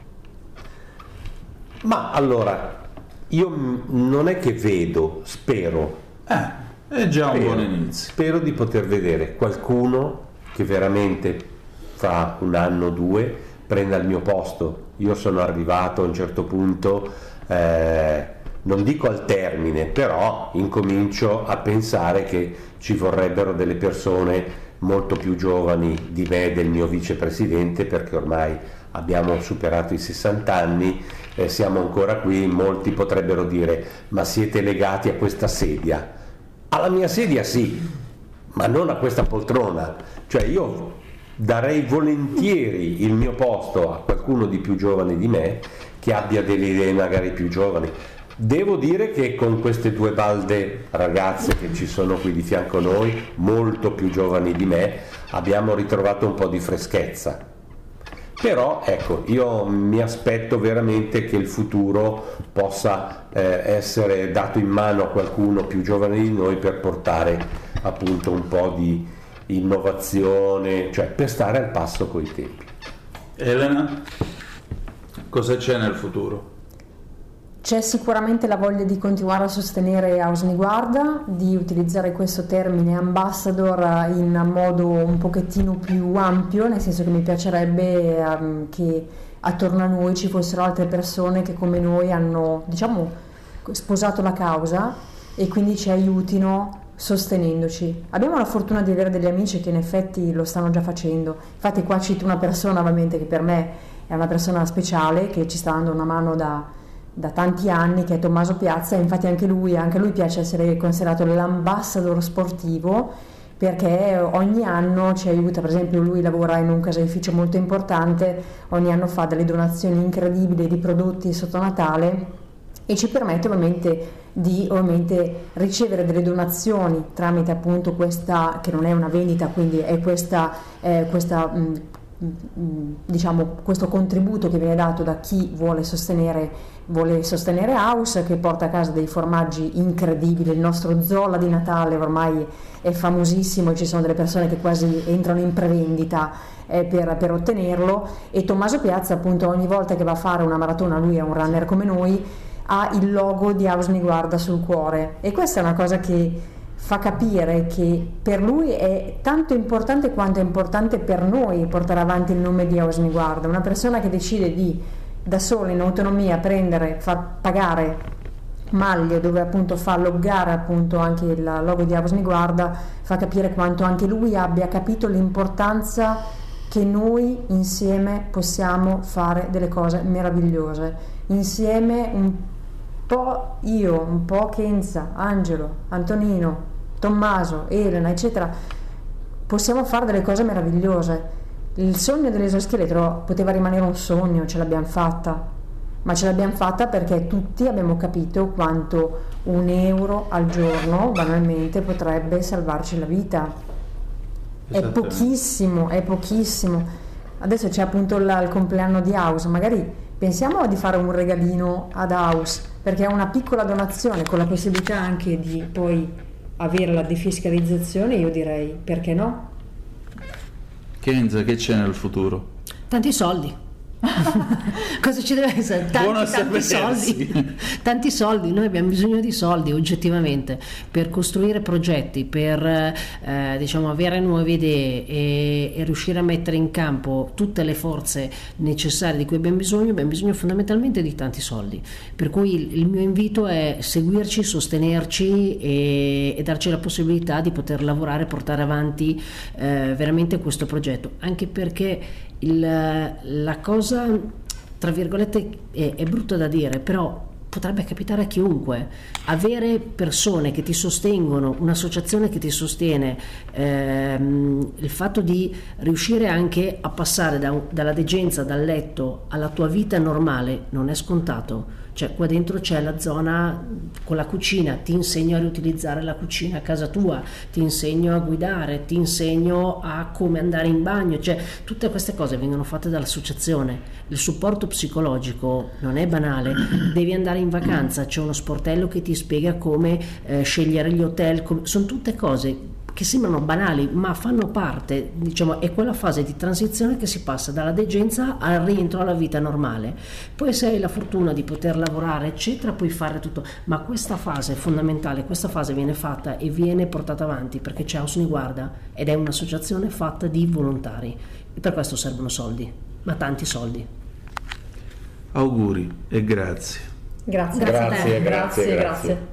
Ma allora, io m- non è che vedo, spero. Eh, è già un spero, buon inizio. Spero di poter vedere qualcuno che veramente fra un anno o due prenda il mio posto. Io sono arrivato a un certo punto, eh, non dico al termine, però incomincio a pensare che ci vorrebbero delle persone molto più giovani di me, del mio vicepresidente, perché ormai abbiamo superato i sessanta anni, eh, siamo ancora qui. Molti potrebbero dire: ma siete legati a questa sedia? Alla mia sedia sì, ma non a questa poltrona. Cioè io darei volentieri il mio posto a qualcuno di più giovane di me, che abbia delle idee magari più giovani. Devo dire che con queste due balde ragazze che ci sono qui di fianco a noi, molto più giovani di me, abbiamo ritrovato un po' di freschezza. Però ecco, io mi aspetto veramente che il futuro possa eh, essere dato in mano a qualcuno più giovane di noi, per portare appunto un po' di innovazione, cioè per stare al passo coi tempi. Elena, cosa c'è nel futuro? C'è sicuramente la voglia di continuare a sostenere House Niguarda, di utilizzare questo termine ambassador in modo un pochettino più ampio, nel senso che mi piacerebbe um, che attorno a noi ci fossero altre persone che come noi hanno, diciamo, sposato la causa e quindi ci aiutino sostenendoci. Abbiamo la fortuna di avere degli amici che in effetti lo stanno già facendo. Infatti qua cito una persona ovviamente che per me è una persona speciale, che ci sta dando una mano da da tanti anni, che è Tommaso Piazza. Infatti anche lui, anche lui piace essere considerato l'ambassador sportivo, perché ogni anno ci aiuta. Per esempio lui lavora in un caseificio molto importante, ogni anno fa delle donazioni incredibili di prodotti sotto Natale e ci permette ovviamente di ovviamente ricevere delle donazioni tramite appunto questa, che non è una vendita, quindi è questa, eh, questa mh, diciamo questo contributo che viene dato da chi vuole sostenere vuole sostenere House, che porta a casa dei formaggi incredibili. Il nostro Zola di Natale ormai è famosissimo e ci sono delle persone che quasi entrano in prevendita eh, per, per ottenerlo. E Tommaso Piazza appunto ogni volta che va a fare una maratona, lui è un runner come noi, ha il logo di House Niguarda sul cuore, e questa è una cosa che fa capire che per lui è tanto importante quanto è importante per noi portare avanti il nome di House Niguarda. Una persona che decide di da sola in autonomia prendere, far pagare maglie dove appunto fa loggare appunto anche il logo di House Niguarda, fa capire quanto anche lui abbia capito l'importanza che noi insieme possiamo fare delle cose meravigliose insieme. Un po' io, un po' Kenza, Angelo, Antonino, Tommaso, Elena, eccetera, possiamo fare delle cose meravigliose. Il sogno dell'esoscheletro poteva rimanere un sogno, ce l'abbiamo fatta, ma ce l'abbiamo fatta perché tutti abbiamo capito quanto un euro al giorno banalmente potrebbe salvarci la vita. È pochissimo, è pochissimo. Adesso c'è appunto il, il compleanno di House, magari pensiamo di fare un regalino ad House, perché è una piccola donazione con la possibilità anche di poi avere la defiscalizzazione, io direi perché no? Kenza, che c'è nel futuro? Tanti soldi. Cosa ci deve essere? Tanti, tanti soldi. Tanti soldi, noi abbiamo bisogno di soldi oggettivamente per costruire progetti, per eh, diciamo avere nuove idee e, e riuscire a mettere in campo tutte le forze necessarie di cui abbiamo bisogno. Abbiamo bisogno fondamentalmente di tanti soldi, per cui il, il mio invito è seguirci, sostenerci e, e darci la possibilità di poter lavorare, portare avanti eh, veramente questo progetto, anche perché il, la cosa tra virgolette è, è brutta da dire, però potrebbe capitare a chiunque. Avere persone che ti sostengono, un'associazione che ti sostiene, ehm, il fatto di riuscire anche a passare da, dalla degenza, dal letto alla tua vita normale non è scontato. Cioè qua dentro c'è la zona con la cucina, ti insegno a riutilizzare la cucina a casa tua, ti insegno a guidare, ti insegno a come andare in bagno, cioè tutte queste cose vengono fatte dall'associazione. Il supporto psicologico non è banale, devi andare in vacanza, c'è uno sportello che ti spiega come eh, scegliere gli hotel, com- sono tutte cose che sembrano banali ma fanno parte, diciamo, è quella fase di transizione che si passa dalla degenza al rientro alla vita normale. Poi se hai la fortuna di poter lavorare eccetera puoi fare tutto, ma questa fase è fondamentale, questa fase viene fatta e viene portata avanti perché c'è House Niguarda ed è un'associazione fatta di volontari e per questo servono soldi, ma tanti soldi. Auguri e grazie. Grazie, grazie, grazie, grazie, grazie. grazie.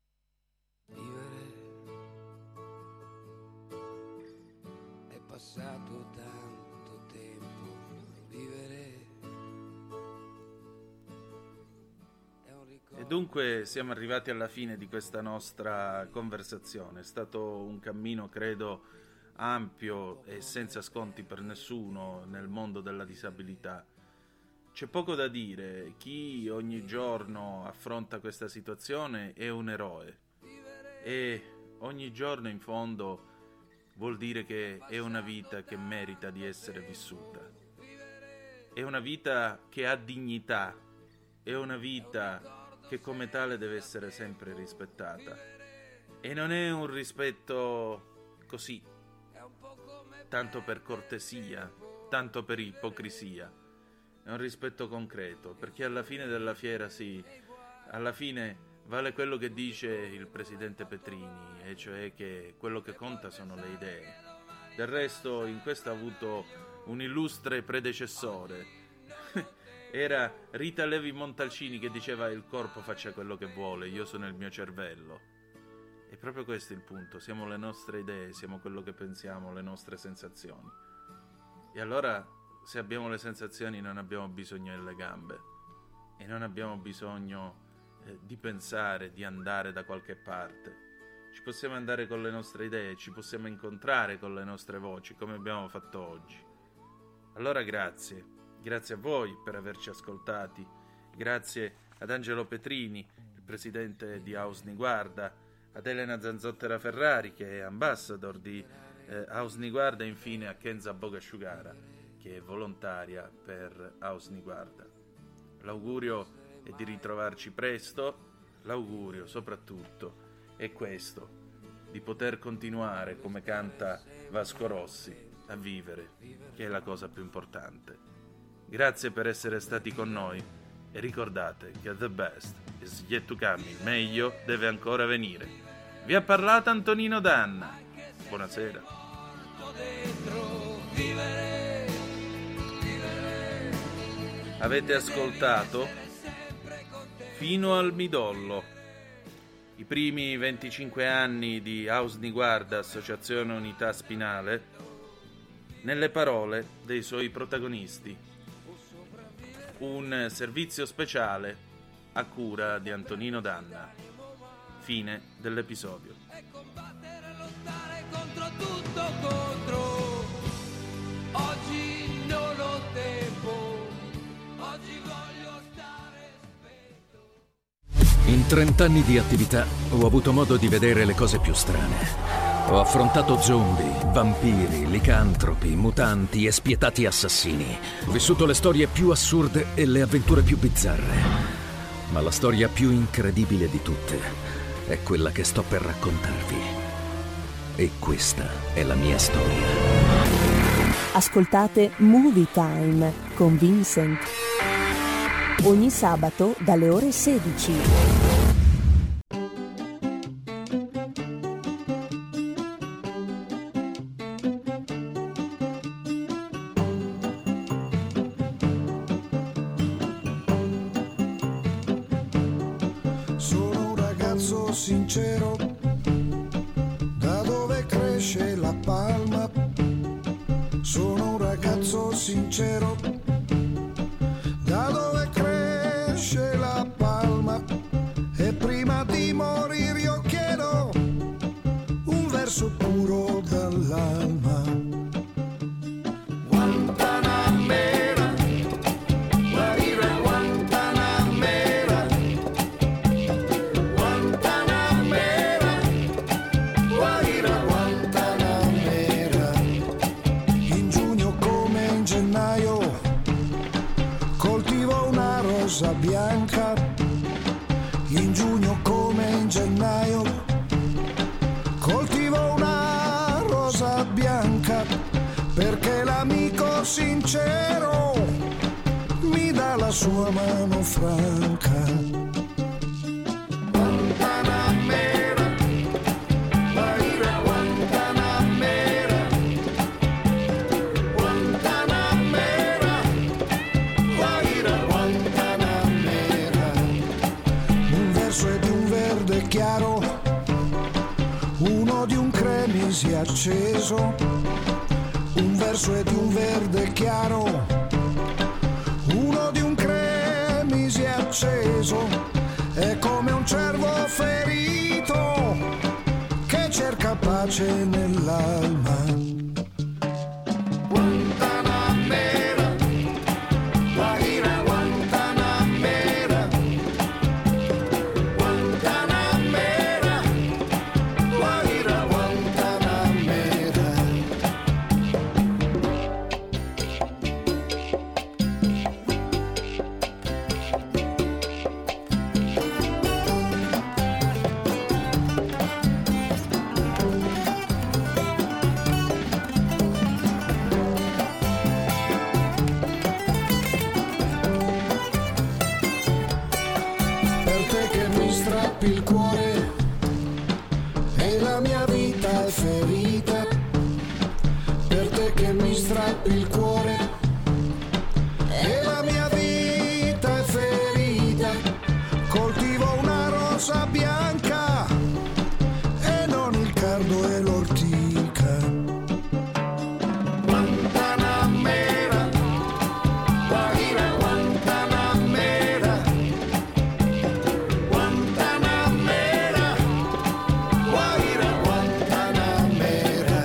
Dunque siamo arrivati alla fine di questa nostra conversazione. È stato un cammino, credo, ampio e senza sconti per nessuno nel mondo della disabilità. C'è poco da dire, chi ogni giorno affronta questa situazione è un eroe e ogni giorno in fondo vuol dire che è una vita che merita di essere vissuta. È una vita che ha dignità, è una vita che come tale deve essere sempre rispettata. E non è un rispetto così, tanto per cortesia, tanto per ipocrisia. È un rispetto concreto, perché alla fine della fiera sì, alla fine vale quello che dice il presidente Petrini, e cioè che quello che conta sono le idee. Del resto in questo ha avuto un illustre predecessore. Era Rita Levi Montalcini che diceva: il corpo faccia quello che vuole, io sono il mio cervello. E proprio questo è il punto, siamo le nostre idee, siamo quello che pensiamo, le nostre sensazioni. E allora se abbiamo le sensazioni non abbiamo bisogno delle gambe e non abbiamo bisogno eh, di pensare, di andare da qualche parte. Ci possiamo andare con le nostre idee, ci possiamo incontrare con le nostre voci come abbiamo fatto oggi. Allora grazie. Grazie a voi per averci ascoltati, grazie ad Angelo Petrini, il presidente di House Niguarda, ad Elena Zanzottera Ferrari che è ambassador di eh, House Niguarda e infine a Kenza Bogasciugara che è volontaria per House Niguarda. L'augurio è di ritrovarci presto, l'augurio soprattutto è questo, di poter continuare come canta Vasco Rossi a vivere, che è la cosa più importante. Grazie per essere stati con noi e ricordate che the best is yet to come, il meglio deve ancora venire. Vi ha parlato Antonino Danna. Buonasera. Avete ascoltato Fino al midollo, i primi venticinque anni di House Niguarda, Associazione Unità Spinale, nelle parole dei suoi protagonisti. Un servizio speciale a cura di Antonino Danna. Fine dell'episodio. Contro tutto contro, oggi non ho tempo, oggi voglio stare spento. In trent'anni di attività ho avuto modo di vedere le cose più strane. Ho affrontato zombie, vampiri, licantropi, mutanti e spietati assassini. Ho vissuto le storie più assurde e le avventure più bizzarre. Ma la storia più incredibile di tutte è quella che sto per raccontarvi. E questa è la mia storia. Ascoltate Movie Time con Vincent. Ogni sabato dalle ore sedici. Sono un ragazzo sincero, da dove cresce la palma. Sono un ragazzo sincero, da dove cresce la palma. E prima di morire io chiedo un verso puro dall'alma. Guantanamera, Guaira Guantanamera, Guantanamera, Guaira Guantanamera. In giugno come in gennaio coltivo una rosa bianca. In giugno come in gennaio coltivo una rosa bianca, perché l'amico sincero mi dà la sua mano franca. Guantanamera, Guaira Guantanamera, Guantanamera, Guaira Guantanamera. Un verso è di un verde chiaro, uno di un cremisi acceso. Un verso è di un verde chiaro, uno di un cremisi acceso. È come un cervo ferito che cerca pace nell'alma. Guantanamera, Guaira Guantanamera, Guantanamera, Guaira Guantanamera. Per te che mi strappi il cuore e la mia vita è ferita. Per te che mi strappi il cuore e la mia vita è ferita. Coltivo una rosa bianca e non il cardo e l'ortica. Guantanamera, Guaira Guantanamera, Guantanamera, Guaira Guantanamera,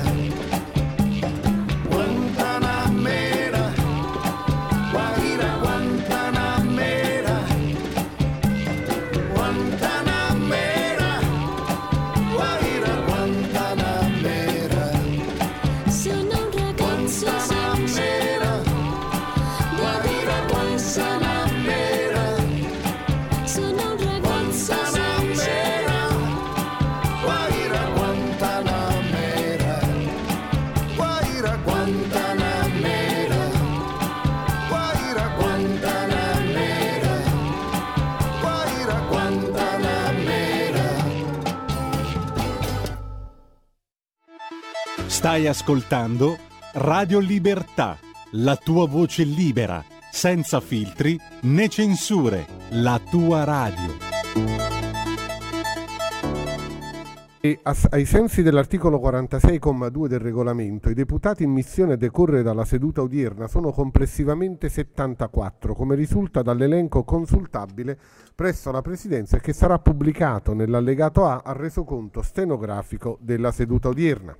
Guantanamera, Guaira Guantanamera, Guantanamera, Guaira Guantanamera. Sono un ragazzo sincero, Guaira Guantanamera. Sono un ragazzo sincero, Guaira Guantanamera, Guaira Guantanamera, Guaira Guantanamera, Guaira Guantanamera. Stai ascoltando Radio Libertà, la tua voce libera, senza filtri né censure, la tua radio. E ai sensi dell'articolo quarantasei comma due del regolamento, i deputati in missione a decorrere dalla seduta odierna sono complessivamente settantaquattro, come risulta dall'elenco consultabile presso la Presidenza e che sarà pubblicato nell'allegato A al resoconto stenografico della seduta odierna.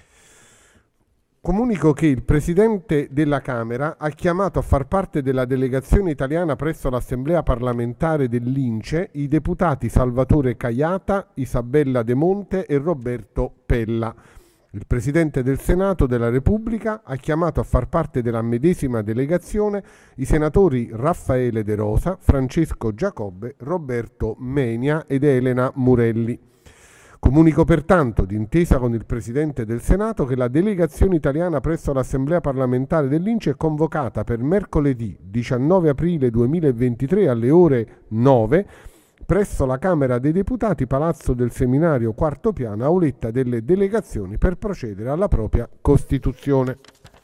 Comunico che il Presidente della Camera ha chiamato a far parte della delegazione italiana presso l'Assemblea parlamentare dell'I N C E i deputati Salvatore Caiata, Isabella De Monte e Roberto Pella. Il Presidente del Senato della Repubblica ha chiamato a far parte della medesima delegazione i senatori Raffaele De Rosa, Francesco Giacobbe, Roberto Menia ed Elena Murelli. Comunico pertanto, d'intesa con il Presidente del Senato, che la delegazione italiana presso l'Assemblea parlamentare dell'I N C E è convocata per mercoledì diciannove aprile duemilaventitré alle ore nove presso la Camera dei Deputati, Palazzo del Seminario, quarto piano, auletta delle delegazioni, per procedere alla propria costituzione.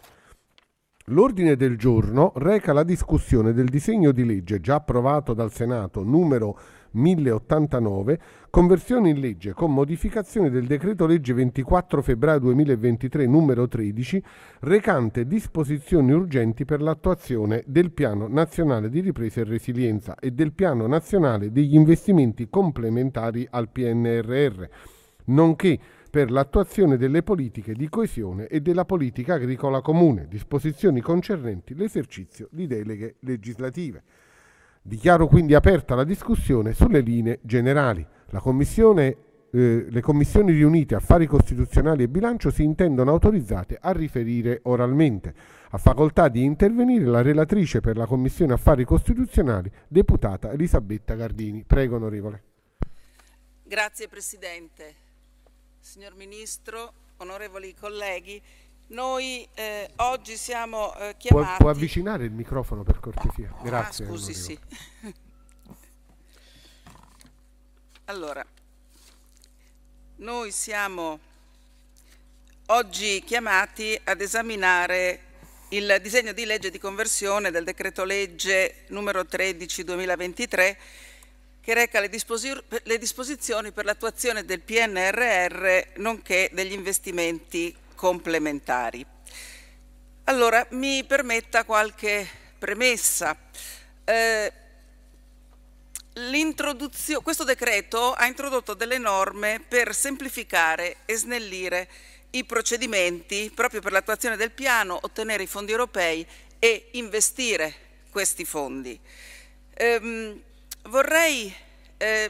L'ordine del giorno reca la discussione del disegno di legge già approvato dal Senato numero mille ottantanove, conversione in legge con modificazioni del decreto legge ventiquattro febbraio duemilaventitré numero tredici, recante disposizioni urgenti per l'attuazione del Piano Nazionale di Ripresa e Resilienza e del Piano Nazionale degli Investimenti Complementari al P N R R, nonché per l'attuazione delle politiche di coesione e della politica agricola comune, disposizioni concernenti l'esercizio di deleghe legislative. Dichiaro quindi aperta la discussione sulle linee generali. La commissione, eh, le commissioni riunite Affari Costituzionali e Bilancio si intendono autorizzate a riferire oralmente. Ha facoltà di intervenire la relatrice per la Commissione Affari Costituzionali, deputata Elisabetta Gardini. Prego, onorevole. Grazie Presidente. Signor Ministro, onorevoli colleghi, noi eh, oggi siamo eh, chiamati... Può, può avvicinare il microfono per cortesia? Grazie. Ah, scusi, sì. Allora, noi siamo oggi chiamati ad esaminare il disegno di legge di conversione del decreto legge numero tredici duemilaventitré, che reca le, disposi- le disposizioni per l'attuazione del P N R R nonché degli investimenti complementari. Allora, mi permetta qualche premessa. Eh, l'introduzio- questo decreto ha introdotto delle norme per semplificare e snellire i procedimenti proprio per l'attuazione del piano, ottenere i fondi europei e investire questi fondi. Ehm, vorrei eh,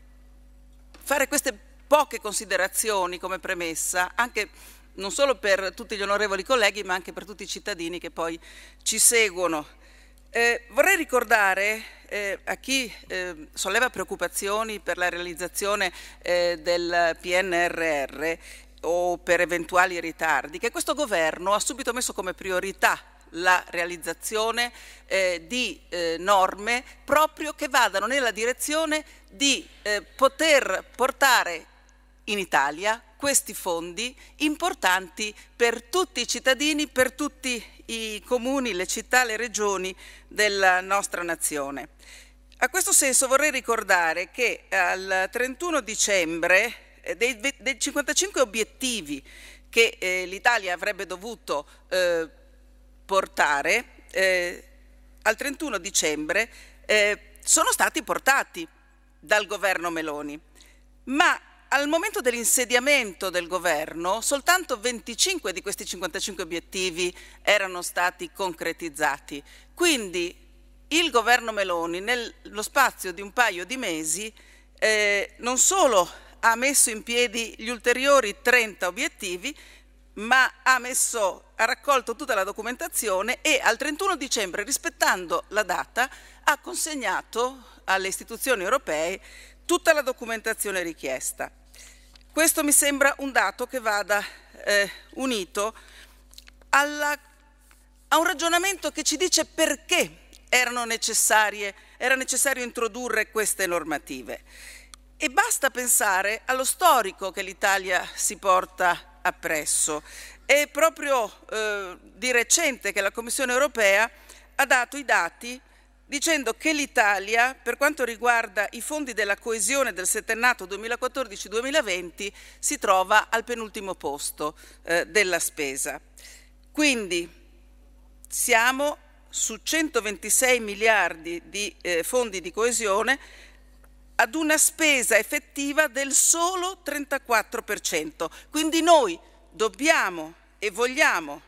fare queste poche considerazioni come premessa, anche non solo per tutti gli onorevoli colleghi, ma anche per tutti i cittadini che poi ci seguono. Eh, vorrei ricordare eh, a chi eh, solleva preoccupazioni per la realizzazione eh, del P N R R o per eventuali ritardi, che questo governo ha subito messo come priorità la realizzazione eh, di eh, norme proprio che vadano nella direzione di eh, poter portare in Italia questi fondi importanti per tutti i cittadini, per tutti i comuni, le città, le regioni della nostra nazione. A questo senso vorrei ricordare che al trentuno dicembre eh, dei, dei cinquantacinque obiettivi che eh, l'Italia avrebbe dovuto eh, portare, eh, al trentuno dicembre eh, sono stati portati dal governo Meloni, ma al momento dell'insediamento del governo soltanto venticinque di questi cinquantacinque obiettivi erano stati concretizzati. Quindi il governo Meloni, nello spazio di un paio di mesi, eh, non solo ha messo in piedi gli ulteriori trenta obiettivi, ma ha, messo, ha raccolto tutta la documentazione e al trentuno dicembre, rispettando la data, ha consegnato alle istituzioni europee tutta la documentazione richiesta. Questo mi sembra un dato che vada eh, unito alla, a un ragionamento che ci dice perché erano necessarie, era necessario introdurre queste normative. E basta pensare allo storico che l'Italia si porta appresso. È proprio eh, di recente che la Commissione europea ha dato i dati dicendo che l'Italia, per quanto riguarda i fondi della coesione del settennato duemilaquattordici duemilaventi, si trova al penultimo posto eh, della spesa. Quindi siamo su centoventisei miliardi di eh, fondi di coesione ad una spesa effettiva del solo trentaquattro per cento. Quindi noi dobbiamo e vogliamo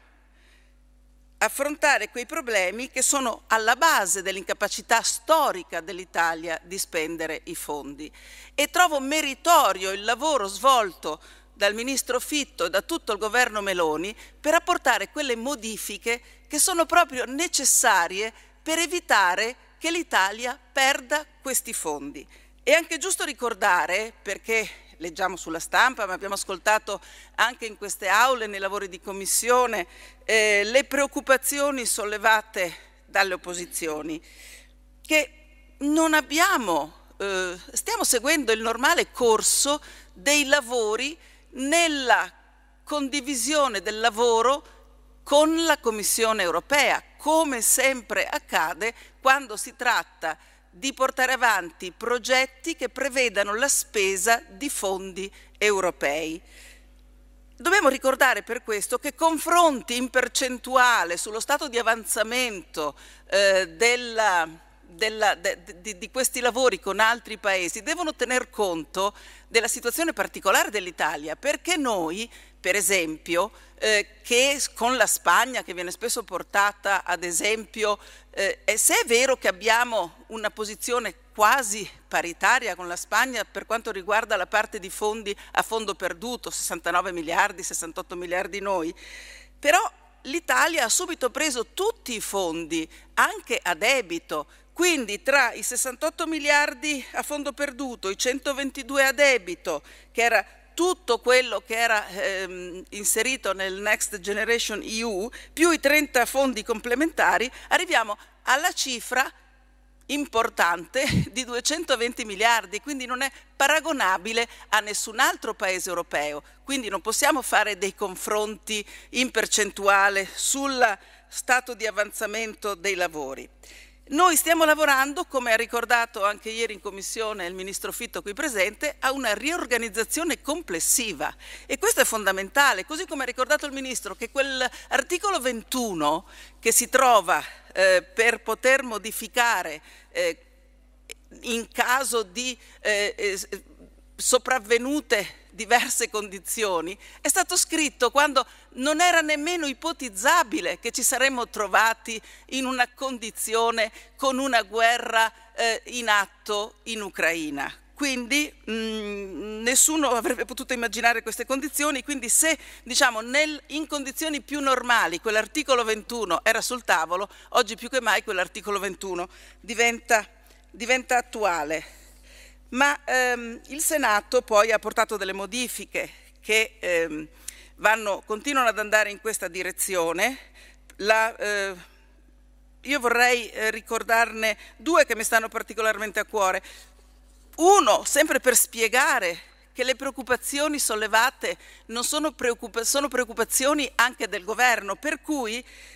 affrontare quei problemi che sono alla base dell'incapacità storica dell'Italia di spendere i fondi. E trovo meritorio il lavoro svolto dal Ministro Fitto e da tutto il governo Meloni per apportare quelle modifiche che sono proprio necessarie per evitare che l'Italia perda questi fondi. È anche giusto ricordare, perché leggiamo sulla stampa, ma abbiamo ascoltato anche in queste aule, nei lavori di commissione, eh, le preoccupazioni sollevate dalle opposizioni, che non abbiamo, eh, stiamo seguendo il normale corso dei lavori nella condivisione del lavoro con la Commissione europea, come sempre accade quando si tratta di portare avanti progetti che prevedano la spesa di fondi europei. Dobbiamo ricordare per questo che confronti in percentuale sullo stato di avanzamento eh, della, della, de, di, di questi lavori con altri paesi devono tener conto della situazione particolare dell'Italia, perché noi, per esempio, eh, che con la Spagna, che viene spesso portata ad esempio, eh, e se è vero che abbiamo una posizione quasi paritaria con la Spagna per quanto riguarda la parte di fondi a fondo perduto, sessantanove miliardi, sessantotto miliardi noi, però l'Italia ha subito preso tutti i fondi, anche a debito. Quindi tra i sessantotto miliardi a fondo perduto, i centoventidue a debito, che era tutto quello che era ehm, inserito nel Next Generation E U, più i trenta fondi complementari, arriviamo alla cifra importante di duecentoventi miliardi, quindi non è paragonabile a nessun altro paese europeo. Quindi non possiamo fare dei confronti in percentuale sul stato di avanzamento dei lavori. Noi stiamo lavorando, come ha ricordato anche ieri in commissione il Ministro Fitto qui presente, a una riorganizzazione complessiva e questo è fondamentale, così come ha ricordato il Ministro che quell'articolo ventuno che si trova eh, per poter modificare eh, in caso di eh, eh, sopravvenute diverse condizioni, è stato scritto quando non era nemmeno ipotizzabile che ci saremmo trovati in una condizione con una guerra eh, in atto in Ucraina. Quindi mh, nessuno avrebbe potuto immaginare queste condizioni, quindi se diciamo nel, in condizioni più normali quell'articolo ventuno era sul tavolo, oggi più che mai quell'articolo ventuno diventa, diventa attuale. Ma ehm, il Senato poi ha portato delle modifiche che ehm, vanno, continuano ad andare in questa direzione. La, eh, io vorrei eh, ricordarne due che mi stanno particolarmente a cuore. Uno, sempre per spiegare che le preoccupazioni sollevate non sono, preoccupa- sono preoccupazioni anche del governo, per cui